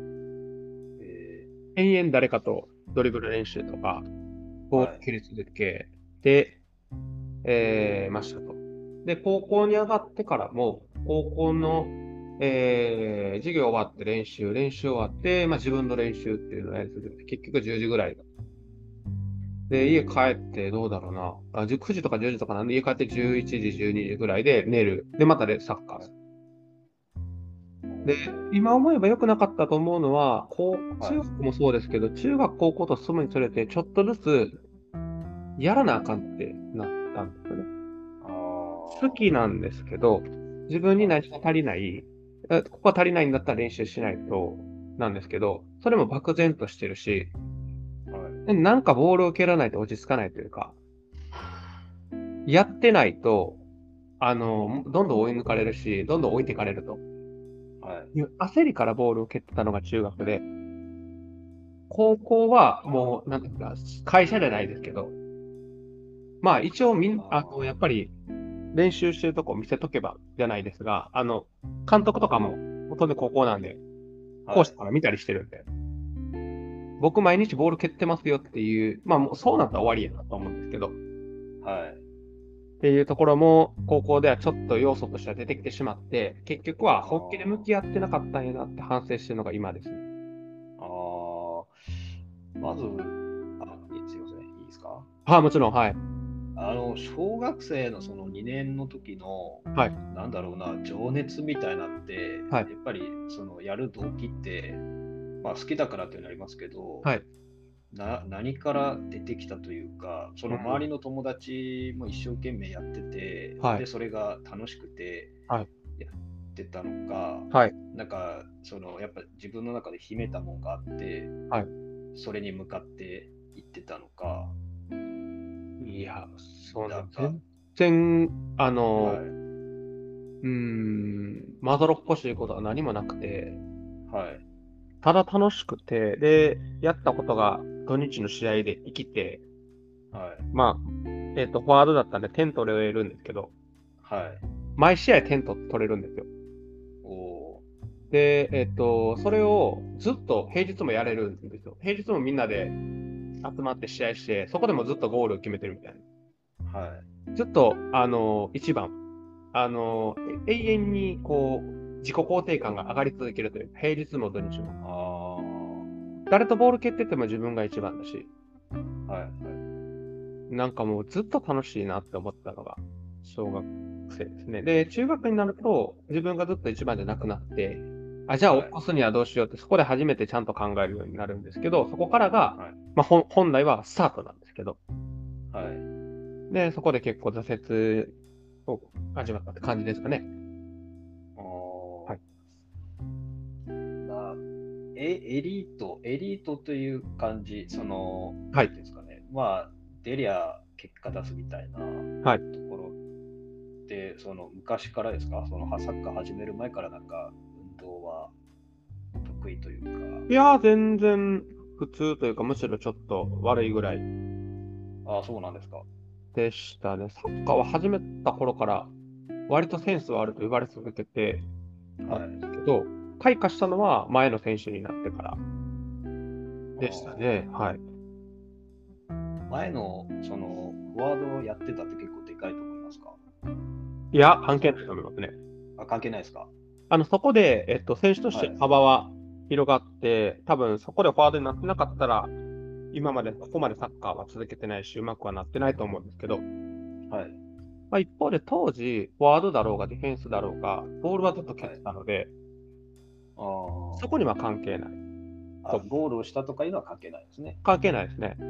延々誰かとドリブル練習とか、ボール蹴り続けて、ましたと。で、高校に上がってからも、高校の、授業終わって練習終わって、自分の練習っていうのをやり続けて、結局10時ぐらいで、家帰ってどうだろうな。9時とか10時とかなんで、家帰って11時、12時ぐらいで寝る。で、またでサッカー。で、今思えば良くなかったと思うのは、中学もそうですけど、中学、高校と進むにつれて、ちょっとずつやらなあかんってなったんですよね。好きなんですけど、自分に何か足りない、ここは足りないんだったら練習しないとなんですけど、それも漠然としてるし、なんかボールを蹴らないと落ち着かないというか、やってないと、どんどん追い抜かれるし、どんどん置いていかれると。焦りからボールを蹴ってたのが中学で、高校はもう、なんていうか、会社じゃないですけど、一応やっぱり練習してるとこ見せとけばじゃないですが、監督とかも、当然高校なんで、講師から見たりしてるんで、僕毎日ボール蹴ってますよっていう、もうそうなったら終わりやなと思うんですけど、 っていうところも、高校ではちょっと要素としては出てきてしまって、結局は本気で向き合ってなかったんやなって反省してるのが今ですね。 ああ、まず、すいません、いいですか？ はい、もちろん、はい。 小学生のその2年の時の、 はい。 なんだろうな、情熱みたいなって、 はい。 やっぱり、やる動機って、まあ、好きだからっていうのありますけど、 はい。 何から出てきたというか、その周うん。 りの友達も一生懸命やってて、で、 はい。 それが楽しくてはい。 やってたのか、 はい。 なんか、やっぱ自分の中で秘めたもんがあって、 はい。 それに向かっていってたのか、 いや、そうね、 なんか、 全然、 はい、 まどろっこしいことは何もなくて、 はい、 ただ楽しくて、で、やったことが土日の試合で生きて、 はい、 まあ、フォワードだったんで点取れるんですけど、 はい。 毎試合点取れるんですよ。 おで、それをずっと平日もやれるんですよ。平日もみんなで集まって試合して、そこでもずっとゴールを決めてるみたいー、はな。ずっと、一番、永遠にこう、自己肯定感が上がり続けるという、平日も土日も。誰とボール蹴ってても自分が一番だし、 はい、はい。 なんかもうずっと楽しいなって思ったのが小学生ですね。で、中学になると自分がずっと一番じゃなくなって、じゃあ起こすにはどうしようって、そこで初めてちゃんと考えるようになるんですけど、そこからが、 はい、 まあ、本来はスタートなんですけど、 はい。 で、そこで結構挫折を味わったって感じですかね。はい。 まあ、エリートという感じ、 はい。 なんていうんですかね、まあ、出りゃ結果出すみたいなはい。 ところで、昔からですか、サッカー始める前からなんか、運動は得意といういやー、全然普通というか、むしろちょっと悪いぐらいか、ああ、そうなんですか。 でしたね。サッカーは始めた頃から割とセンスはあると言われ続けてたんですはい。 けど、開花したのは前の選手になってからあでしたね。はい。 前の、フォワードをやってたって結構でかいと思いますか？ いや、関係ないと思いますね。 関係ないですか？ そこで、選手としてはい。 幅は広がって、多分そこでフォワードになってなかったら、今までここまでサッカーは続けてないし、うまくはなってないと思うんですけど、 はい。 まあ、一方で当時、フォワードだろうがディフェンスだろうが、ボールはずっと蹴ってはい。 たので、 あそこには関係ないと。 ゴールをしたとかいうのは関係ないですね。 関係ないですね。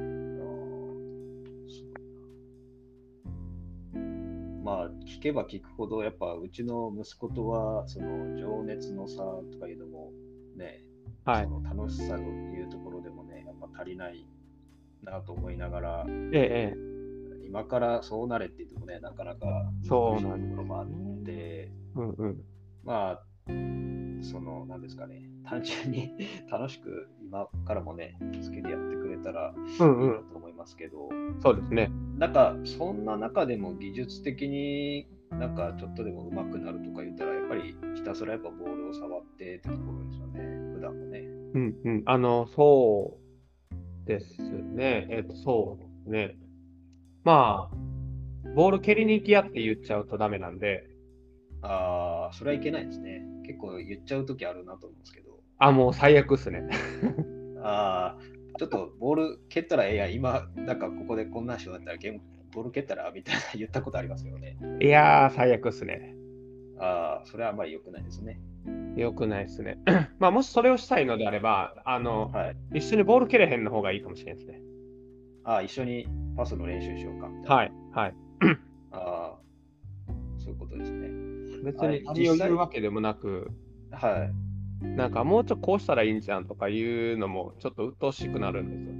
まあ、聞けば聞くほど、やっぱうちの息子とは、情熱の差とかいうのもね、 はい。 楽しさというところでもね、やっぱ足りないなと思いながら、 ええ、 今からそうなれって言ってもね、なかなか難しいとそうなんでころもあっすね。 て、 うんうん。 まあ、なんですかね、単純に楽しく今からもね、好きでやってくれたらうんうん。 いいなと思いますけど、 そうですね。 なんか、そんな中でも技術的になんかちょっとでも上手くなるとか言ったら、やっぱりひたすらやっぱボールを触ってってところですよね、普段もね。 うんうん。そうですね。そうですね。まあ、ボール蹴りに行きやって言っちゃうとダメなんで、 それはいけないですね。結構言っちゃうときあるなと思うんですけど、 もう最悪っすね。 ちょっとボール蹴ったらええやん、今、なんかここでこんなんしようだったらボール蹴ったらみたいな言ったことありますよね。 いやー、最悪っすね。 それはあんまり良くないですね。 良くないっすね。まあ、もしそれをしたいのであれば、 はい。 一緒にボール蹴れへんの方がいいかもしれないですね。 一緒にパスの練習しようかみたいな。 はい、はい。 ああ、そういうことですね。 別に何を実際、 言うわけでもなく、 はい。 なんかもうちょっとこうしたらいいんじゃんとかいうのもちょっと鬱陶しくなるんですよ。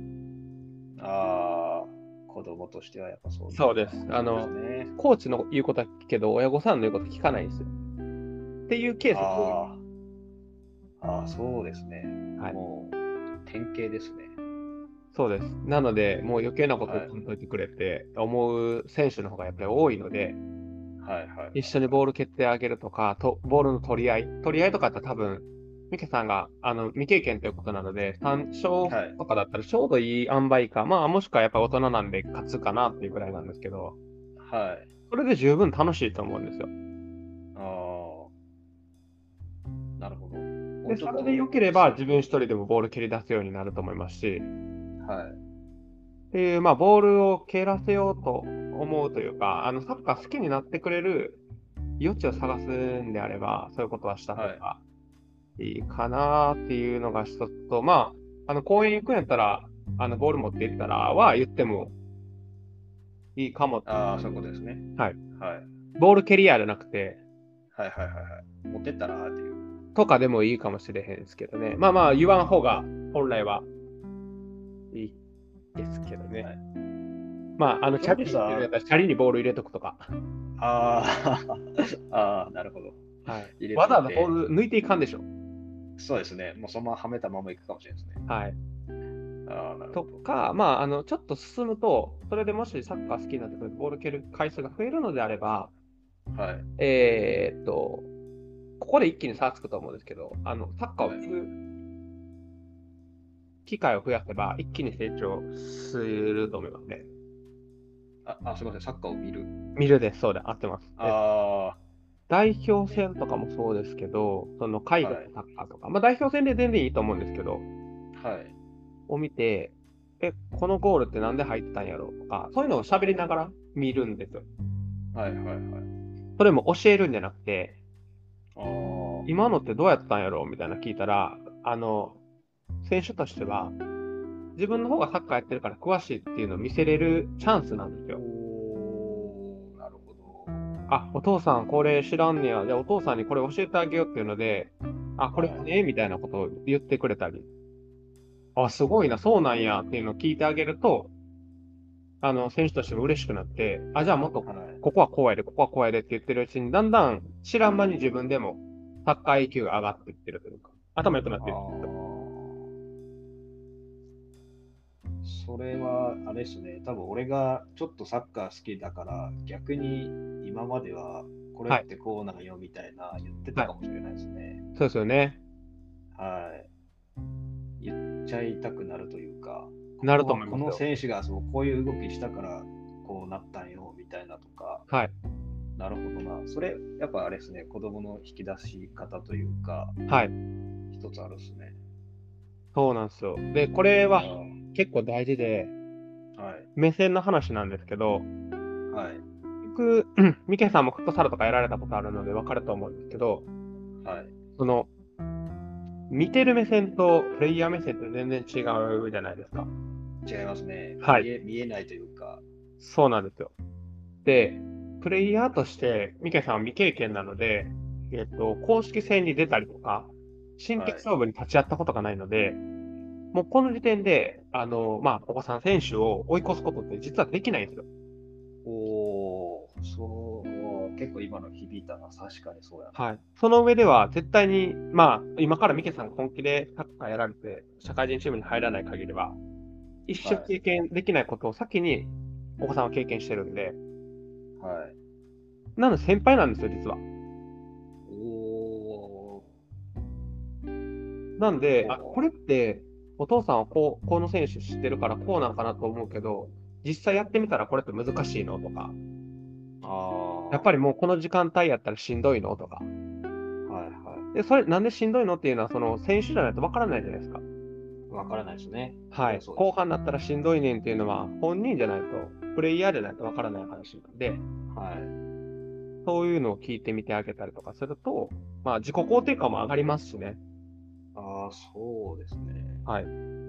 子供としてはやっぱそういうそうです。 のがあるんですね。 コーチの言うことは聞くけど、親御さんの言うこと聞かないんですよ。っていうケースが多い。 あそうですね。 はい。 もう、典型ですね。 そうです。なので、もう余計なことはい。 言っといてくれって思う選手の方がやっぱり多いので、 はいはいはい一緒にボール蹴ってあげるとか、ボールの取り合いとかって多分、ミケさんが未経験ということなので、単勝はい。 とかだったらちょうどいい塩梅か、まあもしくはやっぱ大人なんで勝つかなっていうぐらいなんですけど、 はい。 それで十分楽しいと思うんですよ。 ああ、なるほど。もで、 うちょっと、 それで良ければ自分一人でもボール蹴り出すようになると思いますし、 はい。 っていう、まあ、ボールを蹴らせようと思うというか、サッカー好きになってくれる余地を探すんであれば、そういうことはした方はい。 がいいかなっていうのが一つと、まあ、公園行くんやったら、ボール持って行ったらは言ってもいいかも。 ああ、そういうことですね。 はい。 はい。 ボール蹴りやじゃなくて、 はいはいはいはい。持ってったらっていう。 とかでもいいかもしれへんですけどね。まあまあ、言わん方が本来はいいですけどね。 はい。 まあ、チャリにそれこそ、 入れるやったら、チャリにボール入れとくとか。 ああ、ああ、なるほど。 はい。 入れわざわざボといて、 ール抜いていかんでしょ。 そうですね。もうそのままはめたまま行くかもしれないですね。 はい。 ああ、なるほど。 とか、まあ、ちょっと進むと、それでもしサッカー好きになってくると、ボール蹴る回数が増えるのであれば、 はい。 ここで一気に差がつくと思うんですけど、サッカーをはい見る機会を増やせば、一気に成長すると思いますね。 すみません。サッカーを見る。 見るです、そうで、合ってます。 あ代表戦とかもそうですけど、その海あ、はい。 外のサッカーとか、まあ代表戦で全然いいと思うんですけど、 はい。 を見て、このゴールってなんで入ってたんやろうとか、そういうのを喋りながら見るんですよ。 はいはいはい。 それも教えるんじゃなくて、 ああ、 今のってどうやったんやろうみたいな聞いたら、選手としては、自分の方がサッカーやってるから詳しいっていうのを見せれるチャンスなんですよ。 おー、なるほど。 あ、お父さんこれ知らんねや。じゃあお父さんにこれ教えてあげようっていうので、あ、これはい。 ね、みたいなことを言ってくれたり、あ、すごいな、そうなんやっていうのを聞いてあげると、選手としても嬉しくなって、あ、じゃあもっと、 はい。 ここはこうやで、ここはこうやでって言ってるうちに、だんだん知らん間に自分でもサッカー IQ が上がっていってるというか、頭良くなっあてる。 あ、それは、あれですね。多分俺がちょっとサッカー好きだから、逆に今まではこれっはい。 てこうなんよみたいな言ってたはい。 かもしれないですね。 そうですよね。 はい。言っちゃいたくなるというか、こなるとこはこ思いますよ。 の選手がこういう動きしたからこうなったんよみたいなとか、 はい。 なるほどな。それ、やっぱあれですね、子供の引き出し方というか、 はい。 一つあるっすね。 そうなんですよ。で、これはあ結構大事で、 あ、はい。 目線の話なんですけど、 はい。 僕、ミケさんもフットサルとかやられたことあるので分かると思うんですけど、 はい。 その、見てる目線とプレイヤー目線って全然違うじゃないですか。 違いますね。 はい。 見えないというか、 そうなんですよ。で、プレイヤーとして、ミケさんは未経験なので、公式戦に出たりとか、新はい。 規勝負に立ち会ったことがないので、もうこの時点で、まあ、お子さん選手を追い越すことって実はできないんですよ。 おー、そう、結構今の響いたな。確かにそうやな。 はい。その上では、絶対に、まあ、今からミケさんが本気でサッカーやられて、社会人チームに入らない限りは、一生はい。 経験できないことを先にお子さんは経験してるんで、 はい。 なので先輩なんですよ、実は。 おなんで、 ー、 これって、お父さんはこの選手知ってるからこうなんかなと思うけど、実際やってみたらこれって難しいのとか、やっぱりあもうこの時間帯やったらしんどいのとか。 あ、はいはで、それなんでしんどいのっていうのは、その選手じゃないとわからないじゃないですか。 い。わからないですね。そはい。 れはそうです。 後半になったらしんどいねんっていうのは、本人じゃないと、プレイヤーじゃないとわからない話なんで、 はい。 そういうのを聞いてみてあげたりとかすると、まあ自己肯定感も上がりますしね。 ああ、そうですね。 はい。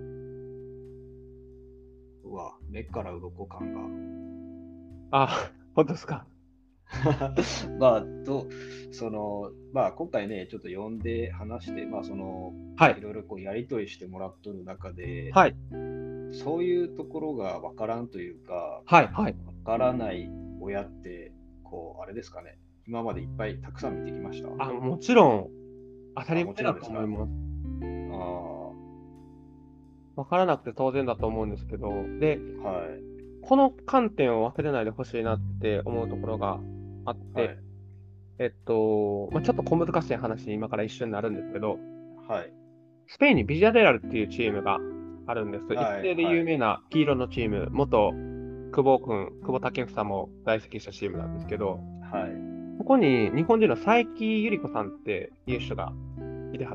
うわ、目から鱗感が。 あ、本当ですか。 まあ、まあ、今回ね、ちょっと呼んで話して、まあ、 はい。 いろいろこうやり取りしてもらっとる中で、 はい。 そういうところがわからんというか、わはい。はい。 からない親って、あれですかね、今までいっぱいたくさん見てきました。 もちろん、当たりも前だちろんですか。 と思います。 あわからなくて当然だと思うんですけど、で、 あ、はい、 この観点を忘れないでほしいなって思うところがあって、 はい、 まあ、ちょっと小難しい話に今から一瞬になるんですけど、 はい、 スペインにビジャレアルっていうチームがあるんです。一はい、 世ではい、 有名な黄色のチーム、元久保建英も在籍したチームなんですけど、 はい。 ここに日本人の佐伯ゆり子さんっていう人がいてはって、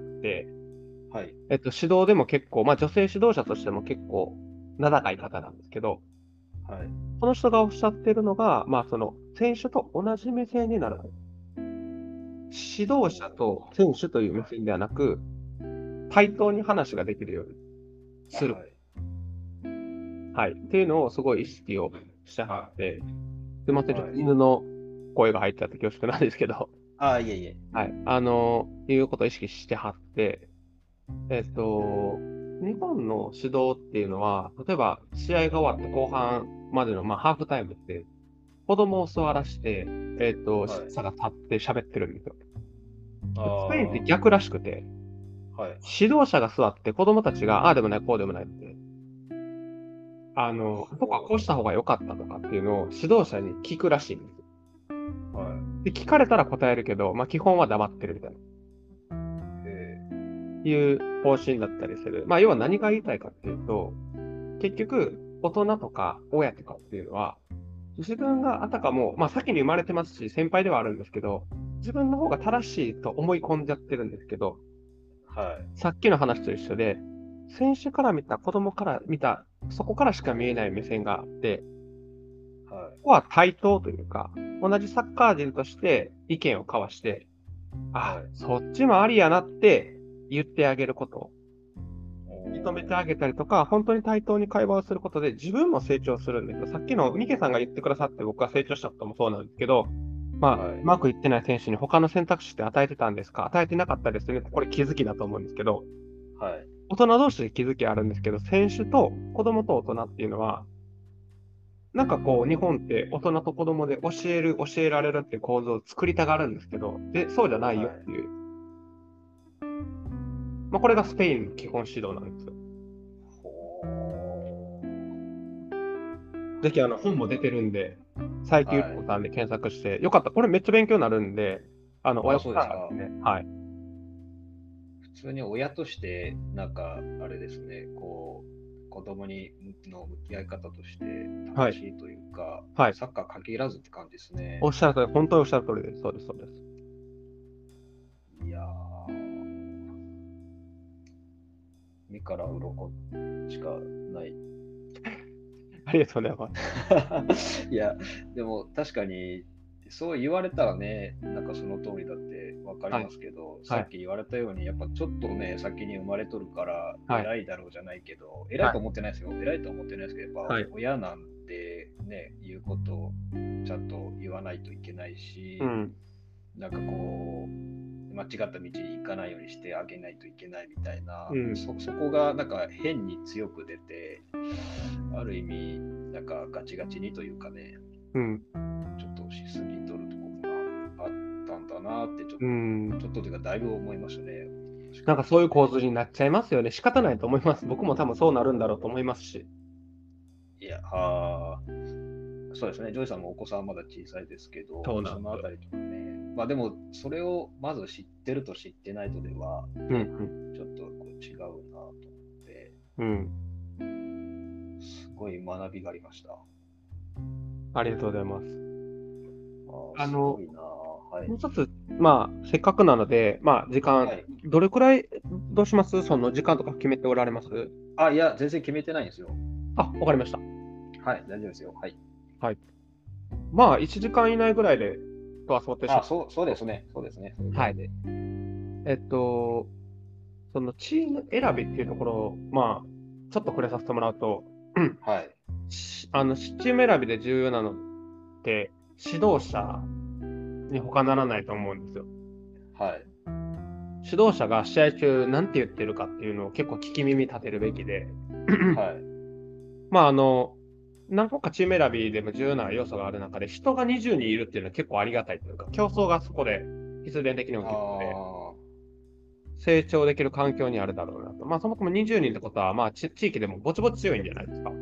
はい。 指導でも結構、まあ女性指導者としても結構名高い方なんですけど、 はい。 その人がおっしゃってるのが、まあその選手と同じ目線になる。指導者と選手という目線ではなく、対等に話ができるようにする。 はい。 はい。っていうのをすごい意識をしてはって、すいません、ちょっはい。 と犬の声が入っちゃって恐縮なんですけど、 あ、いえいえ。 はい。いうことを意識してはって、日本の指導っていうのは、例えば試合が終わって後半までの、まあ、ハーフタイムって、子供を座らして、 はい。 審査が立って喋ってるんですよ。 あスペインってあ、 逆らしくて、 はい。 指導者が座って子供たちが、ああでもない、こうでもないって、僕はこうした方が良かったとかっていうのを指導者に聞くらしいんですよ。 はで、聞かれたら答えるけど、まあ基本は黙ってるみたいな、 い。 いう方針だったりする。まあ要は何が言いたいかっていうと、結局、大人とか親とかっていうのは、自分があたかも、まあ先に生まれてますし、先輩ではあるんですけど、自分の方が正しいと思い込んじゃってるんですけど、 はい。 さっきの話と一緒で、選手から見た、子供から見た、そこからしか見えない目線があって、 はい。 ここは対等というか、同じサッカー人として意見を交わして、あ、 はい。 そっちもありやなって言ってあげること、認めてあおげたりとか、本当に対等に会話をすることで自分も成長するんですよ。さっきのミケさんが言ってくださって僕が成長したこともそうなんですけど、まあ、 はい。 うまくいってない選手に他の選択肢って与えてたんですか？与えてなかったですよね。これ気づきだと思うんですけど、 はい。 大人同士で気づきあるんですけど、選手と子供と大人っていうのは、なんかこう、日本って大人と子供で教えられるっていう構造を作りたがるんですけど、で、そうじゃないよはい。 っていう。まあ、これがスペインの基本指導なんですよ。 ほぜひ本も出てるんで、佐伯ゆー。はい。 り子さんで検索して、よかった。これめっちゃ勉強になるんで、 あ、 親御そうですか。 さんがですね、はい。 普通に親として、なんか、あれですね、こう、子供にの向き合い方としてはい。 正しいというか、 はい。 サッカー限らずって感じですね。 おっしゃる通り、本当におっしゃる通りです。そうです、そうです。 いやー、目から鱗しかない。 ありがとうございます。 いや、でも確かに、そう言われたらね、なんかその通りだって分かりはい。 ますけど、さはい。 っき言われたように、やっぱちょっとね、先に生まれとるからはい。 偉いだろうじゃないけど、偉いとはい。 思ってないですよ。偉いと思ってないですけど、やっぱはい。 親なんてね、言うことをちゃんと言わないといけないし、 うん。 なんかこう、間違った道に行かないようにしてあげないといけないみたいな、 うん。 そこがなんか変に強く出て、ある意味、なんかガチガチにというかね、 うん。 ちょっとしすぎとるところがあったんだなってうん。 ちょっとというかだいぶ思いましたね。確かなんかにそうね。 そういう構図になっちゃいますよね。仕方ないと思います。僕も多分そうなるんだろうと思いますし。 いや、そうですね。ジョイさんもお子さんまだ小さいですけど、そそうなんですよ。 のあたりとかね。まあでも、それをまず知ってると知ってないとでは、 うん。 ね、 うん。 ちょっとこう違うなと思って、 うん。 すごい学びがありました。 ありがとうございます。 すごいな。はい。 もう一つ、まあ、せっかくなので、まあ、時間、 はい。 どれくらい、どうしますその時間とか決めておられます？ あ、いや、全然決めてないんですよ。 あ、わかりました。 はい、大丈夫ですよ。はい。 はい。まあ、1時間以内ぐらいで、とは想定しあ、 ますそうですね。そうですね。それぐはい。 らいで。 えっと、そのチーム選びっていうところを、まあ、ちょっと触れさせてもらうと、 はい。 チーム選びで重要なのって、指導者に他ならないと思うんですよ。 はい。 指導者が試合中何て言ってるかっていうのを結構聞き耳立てるべきで、 はい。 まあ何個かチーム選びでも重要な要素がある中で、人が20人いるっていうのは結構ありがたいというか、競争がそこで必然的に起きるので、 あ成長できる環境にあるだろうなと。まあそもそも20人ってことは、まあ地域でもぼちぼち強いんじゃないですか。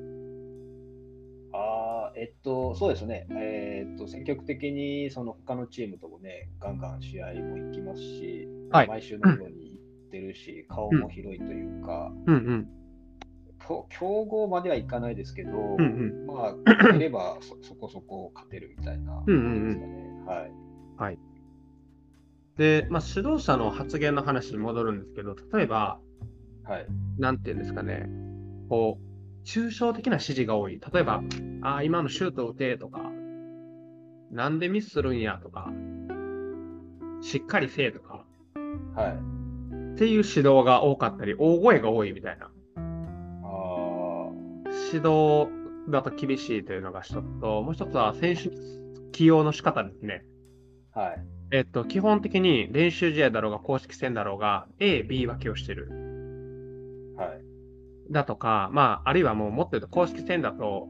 そうですね。積極的にその他のチームともね、ガンガン試合も行きますし、まあ、 はい。 毎週のように行ってるし、顔うん、 も広いというか、 うん、うん。 競合まではいかないですけど、 うんまあ、勝てればそこそこ勝てるみたいなうん。うんうんですかね。 うん。 はい。 はい。で、まあ、指導者の発言の話に戻るんですけど、例えば、 はい。 なんていうんですかね、こう、抽象的な指示が多い。例えば、今のシュート打てとか、なんでミスするんやとか、しっかりせえとか、 はい。 っていう指導が多かったり、大声が多いみたいな。 あ指導だと厳しいというのが一つと、もう一つは選手起用の仕方ですね。 あ、はい。 基本的に練習試合だろうが公式戦だろうが A、B 分けをしてる。 はい。 だとか、まあ、あるいはもっと言うと公式戦だと、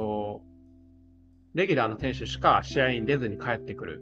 レギュラーの選手しか試合に出ずに帰ってくる。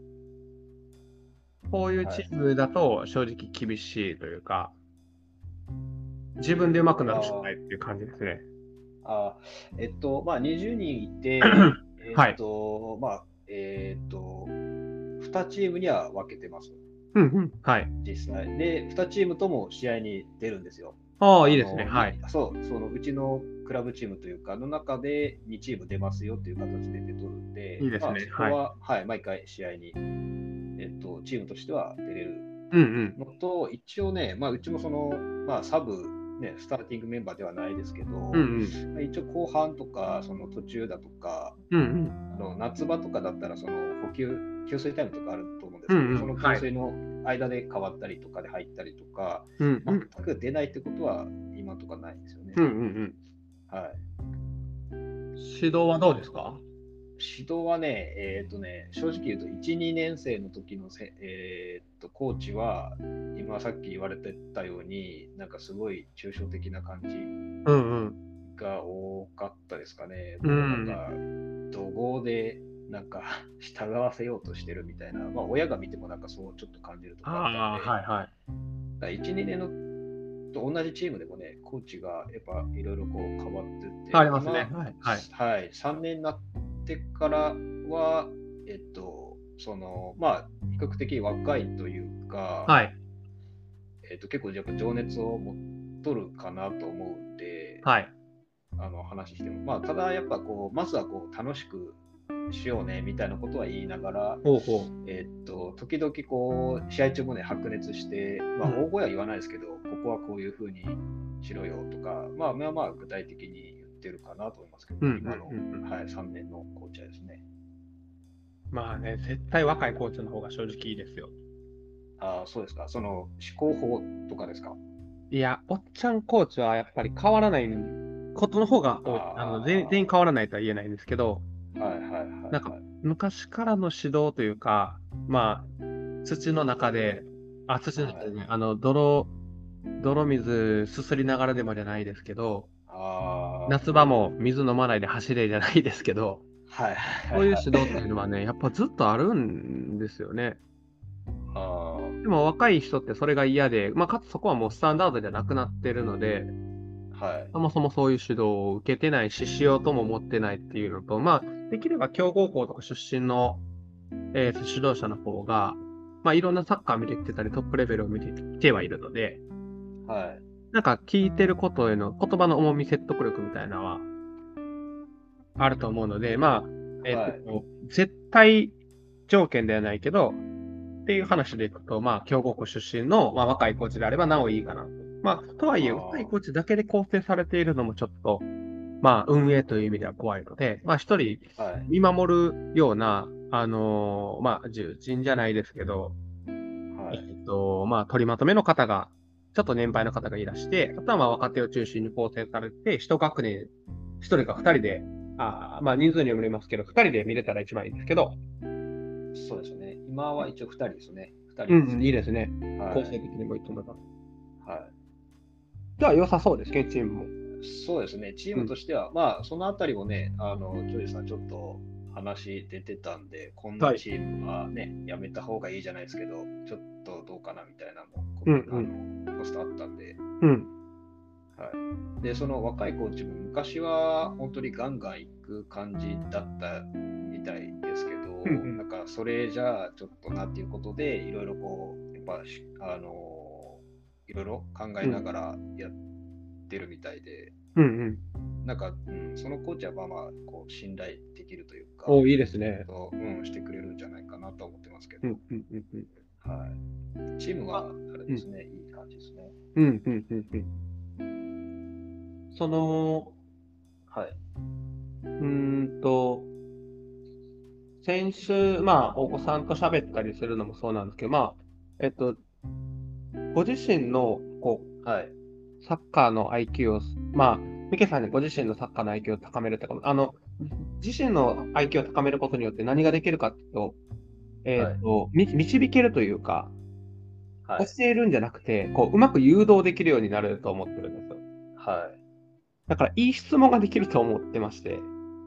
こういうはい。 チームだと正直厳しいというか、自分で上手くなるしかないっていう感じですね。 あまあ、20人いて、 はい。 まあ、2チームには分けてます。 うんうん。はい。 実際。で、2チームとも試合に出るんですよ。 ああ、いいですね。はい。 そのうちのクラブチームというか、の中で2チーム出ますよという形で出とるんで、まあ、 いいですね。はい。 そこは、はい、毎回試合に、チームとしては出れるうんうん。 のと、一応ね、まあ、うちもその、まあ、サブ、ね、スターティングメンバーではないですけど、 うんうん。 まあ一応後半とか、その途中だとか、 うんうん。 夏場とかだったら、その給水タイムとかあると思うんですけど、 うんうん。 その給はい。 水の間で変わったりとかで入ったりとか、 うんうん。 全く出ないってことは今とかないんですよね。 うんうんうん。 はい。 指導はどうですか？ 指導はね、正直言うと、1、2年生の時のコーチは、今さっき言われてたように、なんかすごい抽象的な感じうんうん。 が多かったですかね。 うもうなんん。 か、怒号で、なんか従わせようとしてるみたいな、まあ、親が見てもなんかそうちょっと感じるとこあったんああ、 で、 はいはい。 だ1、2年のと同じチームでもね、コーチがやっぱいろいろこう変わってて、 ありますね。 今、 はいはい。 はい、3年になってからは、まあ、比較的若いというか、 はい。 結構やっぱ情熱を持っとるかなと思うんで、 はい。 話しても、まあ、ただやっぱこう、まずはこう楽しくしようねみたいなことは言いながら、 ほうほう。 時々こう、試合中もね、白熱して、まあ、 うん。 大声は言わないですけど、ここはこういうふうにしろよとか、まあ、まあまあ具体的に言ってるかなと思いますけど、 うんうん今の、 うんうん。 はい、3年のコーチはですね。 まあね、絶対若いコーチの方が正直いいですよ。 そうですか。その思考法とかですか。 いや、おっちゃんコーチはやっぱり変わらないことの方が多い。全員変わらないとは言えないんですけど、 はいはいはいなんかはい。 昔からの指導というか、まあ、土の中で、土の中でね、泥水すすりながらでもじゃないですけど、夏場も水飲まないで走れじゃないですけど、 はいはいそういうはい。 指導っていうのはね、やっぱずっとあるんですよね。 あでも若い人ってそれが嫌で、まあ、かつそこはもうスタンダードじゃなくなってるので、 はい。 そもそもそういう指導を受けてないし、しようとも思ってないっていうのと、まあ、できれば強豪校とか出身の、指導者の方が、まあ、いろんなサッカー見てきてたり、トップレベルを見てきてはいるので、 はい。 なんか聞いてることへの言葉の重み、説得力みたいなのはあると思うので、まあ、 はい。 絶対条件ではないけど、っていう話でいくと、まあ、強豪校出身の、まあ、若いコーチであればなおいいかなと。まあ、とはいえ、若いコーチだけで構成されているのもちょっと、まあ、運営という意味では怖いので、まあ、一人はい。 見守るような、まあ、重鎮じゃないですけど、 はい。 まあ、取りまとめの方が、ちょっと年配の方がいらして、あとはまあ若手を中心に構成されて、一学年、一人か二人で、まあ人数にもよりますけど、二人で見れたら一番いいんですけど、 そうですね。今は一応2人ですね。2 うん、 人ですけど。 いいですね。構はい。 成的にもいいと思います。 はじゃあ良さそうですね、チームも。 い。そうですね。チーうん。 ムとしては、まあ、そのあたりもね、ジョイさんちょっと話出てたんで、こんなはい。 チームはね、やめた方がいいじゃないですけど、ちょっとどうかなみたいなのもうんうん。 ポストあったんで、 うん。 はい。で、その若いコーチも昔は本当にガンガン行く感じだったみたいですけど、 うんうん。 なんかそれじゃあちょっとなっていうことで、いろいろこう、やっぱいろいろ考えなうん。 がらやってるみたいで、 うんうん。 なんか、そのコーチはこう信頼できるというか、 いいですね。 してくれるんじゃないかなと思ってますけど、 うんうんうんうん。 はい。チームあ、 は、あれうん。 ですね、いい感じですね。 うんうんうんうん。その、 はい。 うーんと、先週、まあ、お子さんと喋ったりするのもそうなんですけど、まあ、ご自身の、 はい。 サッカーの IQ を、まあ、ミケさんにご自身のサッカーの IQ を高めるってこと、自身の IQ を高めることによって何ができるかっていうと、 はい。 導けるというか、教はい。 えるんじゃなくて、うまく誘導できるようになると思ってるんですよ。 はい。 だから、いい質問ができると思ってまして、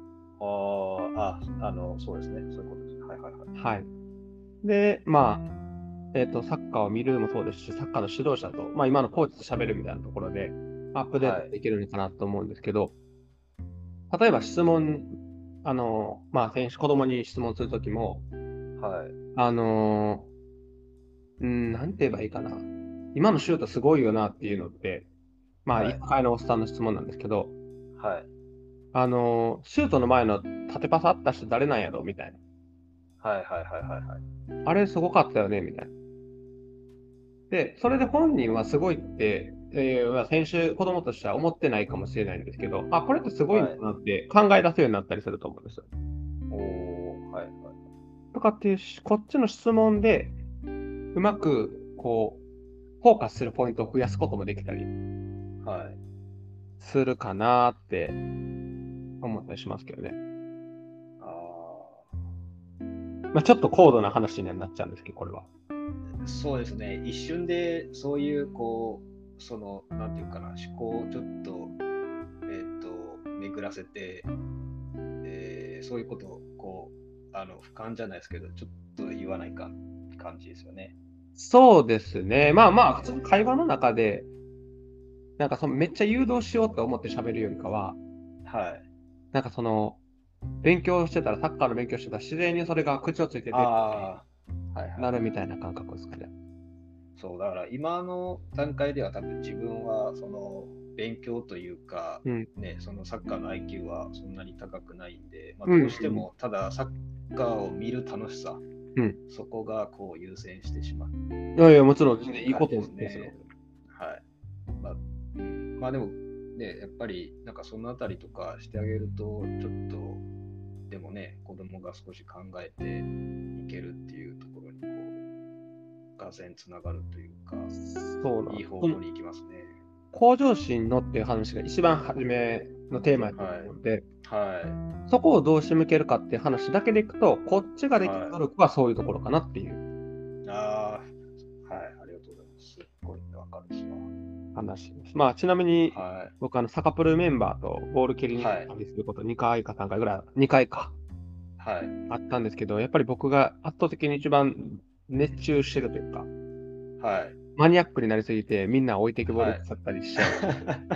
そうですね。そういうことです。はいはいはい。 はい。で、まあ、サッカーを見るもそうですし、サッカーの指導者と、まあ、今のコーチと喋るみたいなところで、アップデートはい。 できるのかなと思うんですけど、例えば質問、まあ、子供に質問するときも、 はい。 あのなんて言えばいいかな。今のシュートすごいよなっていうのって、まあ、 はい。 一回のおっさんの質問なんですけど、 はい。 シュートの前の縦パスあった人誰なんやろみたいな。 はいはいはいはいはい。 あれすごかったよねみたいな。で、それで本人はすごいって、まあ選手、子供としては思ってないかもしれないんですけど、あ、これってすごいんだはい。 なって考え出すようになったりすると思うんですよ。 はいはい。 とかっていうこっちの質問で、うまく、フォーカスするポイントを増やすこともできたりはい。 するかなって思ったりしますけどね。 あまあ、ちょっと高度な話にはなっちゃうんですけど、これは。 そうですね。一瞬でそういう、なんていうかな、思考をちょっと、巡らせて、そういうことを、俯瞰じゃないですけど、ちょっと言わないか感じですよね。 そうですね。まあまあ、普通に会話の中で、なんかめっちゃ誘導しようと思って喋るよりかは、 はい。 なんか勉強してたら、サッカーの勉強してたら、自然にそれが口をついて出てああ、はいはいはい。 なるみたいな感覚ですかね。 そう、だから今の段階では多分自分はその勉強というか、 うん。 ね、そのサッカーの IQ はそんなに高くないんで、 うん、 どうしてうん、 もただサッカーを見る楽しさ、 うん。 そこが優先してしまっいやいや、もちろん全てる感じで然いいことすね。 ですよ。 はい。でもね、やっぱりなんかそのあたりとかしてあげると、ちょっとでもね、子供が少し考えていけるっていうところにがぜつながるというか、 そうなん。 いい方向に行きますね。 向上心のっていう話が一番初めのテーマだとはい。 思うので、 はい。 そこをどう仕向けるかっていう話だけでいくと、こっちができる努はい。 力はそういうところかなっていうああ、はい。ありがとうございます。すっごいわかるですわ。 話です。まあ、ちなみに、 は僕、サカプルメンバーとボール蹴りい。 に行っはい。 たりすること2回か3回ぐらい、2回か、 はい。 あったんですけど、やっぱり僕が圧倒的に一番熱中してるというか、 はい。 マニアックになりすぎて、みんな置いてけぼりはい。 しちゃったりしちゃう。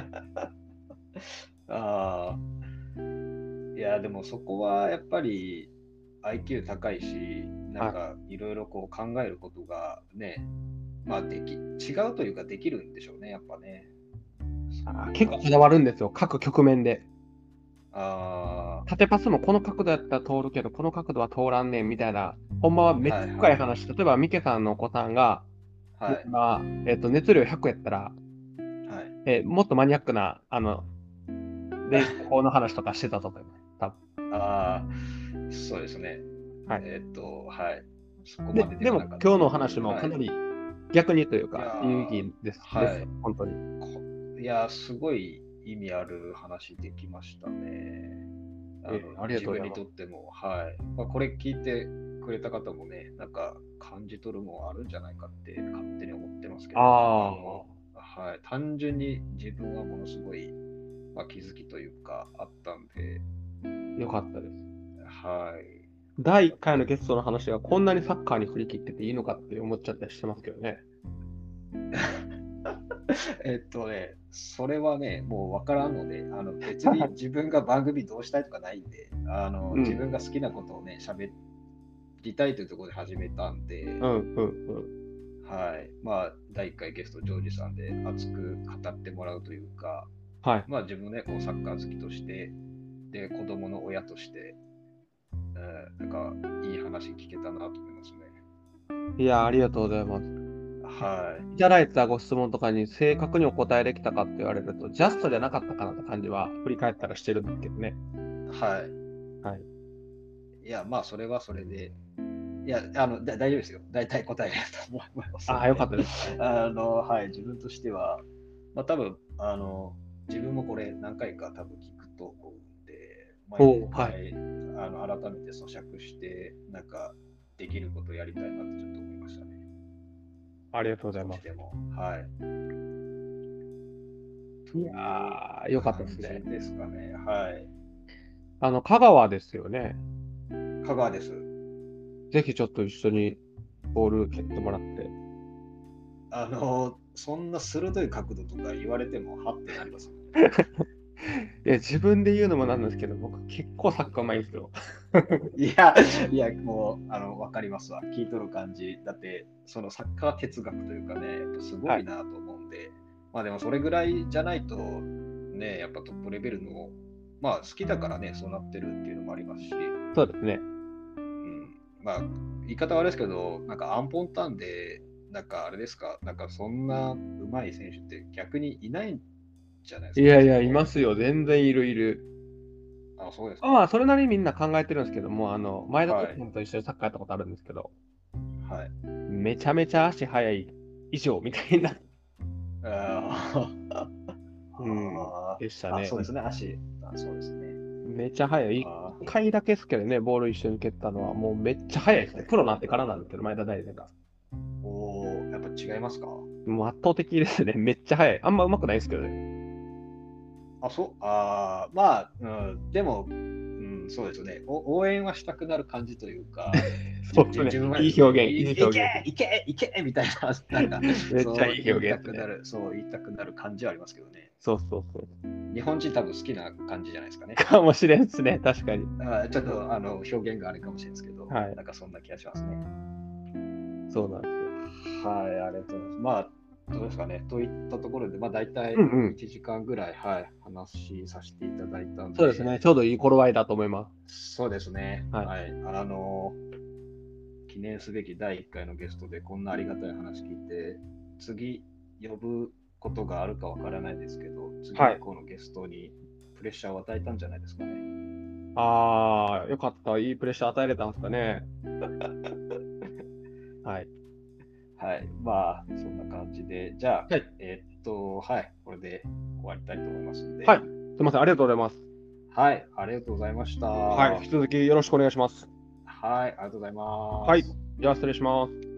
ああ、いや、でもそこはやっぱり IQ 高いし、なんはい。 かいろいろ考えることがね、違うというかできるんでしょうね、やっぱね。そこは。 結構こだわるんですよ、各局面で。 あ縦パスもこの角度やったら通るけど、この角度は通らんねんみたいな、ほんまはめっちゃはいはい。 深い話。例えば、ミケさんのお子さんが、 はい。 もう今、熱量100やったら、 はい。 もっとマニアックな、練習法の話とかしてたと思います。多分。 ああ、そうですね。 はい。 はい。そこで、 までででもはなかった今日のおですけど、 話もはい。 かなり逆にといういやか、有意義ー、 ですよ、 はい。 本当に。 いやー、すごい意味ある話できましたね。 ありが自分にとうございます。 とっても、はい。これ聞いてくれた方もね、なんか感じ取るもんあるんじゃないかって勝手に思ってますけど、 あはい。単純に自分はものすごい、気づきというかあったんで、 あ、よかったです。 はい。 第1回でのゲストの話がこんなにサッカーに振り切ってていいのかって思っちゃったりしてますけどね。 それはね、もうわからんので、別に自分が番組どうしたいとかないんで、自うん。 分が好きなことをね、喋りたいというところで始めたんで、 うん、うん、うん。 はい。第1回ゲスト、ジョージさんで熱く語ってもらうというか、 はい。 まあ自分ね、こうサッカー好きとして、で、子供の親として、なんかいい話聞けたなと思いますね。 いや、ありがとうございます。 はい。 いただいたご質問とかに正確にお答えできたかって言われると、ジャストじゃなかったかなって感じは振り返ったらしてるんですけどね。 ははい。 い。いや、まあ、それはそれで、いや、大丈夫ですよ。大体答えると思いますああ、よかので、 ったです。はい。 はい、自分としては、まあ、多分自分もこれ何回か多分聞くと思うんで、まあ、一おお、はい。 回、改めて咀嚼して、なんか、できることをやりたいなってちょっと思いましたね。 ありがとうございます。 少しでも。はい。といやいうー、よかったで感じすね。 ですかね。はい。 香川ですよね。 香川です。 ぜひちょっと一緒にボール蹴ってもらって。 そんな鋭い角度とか言われても、はってなりますよね。 いや、自分で言うのもなんですけど、僕結構サッカーうまいんですよ。 いや、いや、もう、わかりますわ。聞いとる感じ。だって、そのサッカー哲学というかね、やっぱすごはい。 いなと思うんで、まあでもそれぐらいじゃないと、ね、やっぱトップレベルの、まあ好きだからね、そうなってるっていうのもありますし、 そうですね。 まあ、言い方はあれですけど、なんかアンポンタンで、なんかあれですか、なんかそんな上手い選手って逆にいないんじゃないですかね、 いやいや、いきっと。 ますよ。全然いるいる。 あ、そうですか。 まあ、それなりにみんな考えてるんですけども、前田はい。 健さんと一緒にサッカーやったことあるんですけど、 はい。 めちゃめちゃ足速い以上みたいな、 あうん、でしたあ、 ね。 そうですね、足。そうですね。 めちゃ速い。一あ回だけですけどね、ボール一緒に蹴ったのは、もうめっちゃ速いですね。プロになってからなんですけど、前田大然が。 やっぱ違いますか？ もう圧倒的ですね。めっちゃ速い。あんま上手くないですけどね。 まあ、でも、そうですね。応援はしたくなる感じというか、 そうですね。 自分はですね、 いい表現、いい表現。 いけみたいな、なんか、 めっちゃそういい言いた表現ですね。 くなる、そう言いたくなる感じはありますけどね。 そうそうそう。 日本人多分好きな感じじゃないですかね。 かもしれんですね。確かに。 ちょっと表現があれかもしれないですけど、 はい。 なんかそんな気がしますね。 そうなんですよ。 はい、ありがとうございます。まあ、どうですかね。といったところで、まあ、大体うんうん。 1時間ぐらい、はい、話させていただいたんで、 そうですね。ちょうどいい頃合いだと思いまそうですね。 す。はい。 はい。記念すべき第1回のゲストでこんなありがたい話聞いて、次呼ぶことがあるかわからないですけど、次はい。 以降のゲストにプレッシャーを与えたんじゃないですかね。 ああ、よかった。いいプレッシャー与えれたんですかね。はい。 はい。まあ、そんな感じで、じゃあ、 はい。 はい。これで終わりたいと思いますので、 はい。すみません。ありがとうございます。 はい。ありがとうございました。 はい。 は引き続きよろしくお願いします。 い。ありがとうございまはい。 す。 じゃあ失礼します。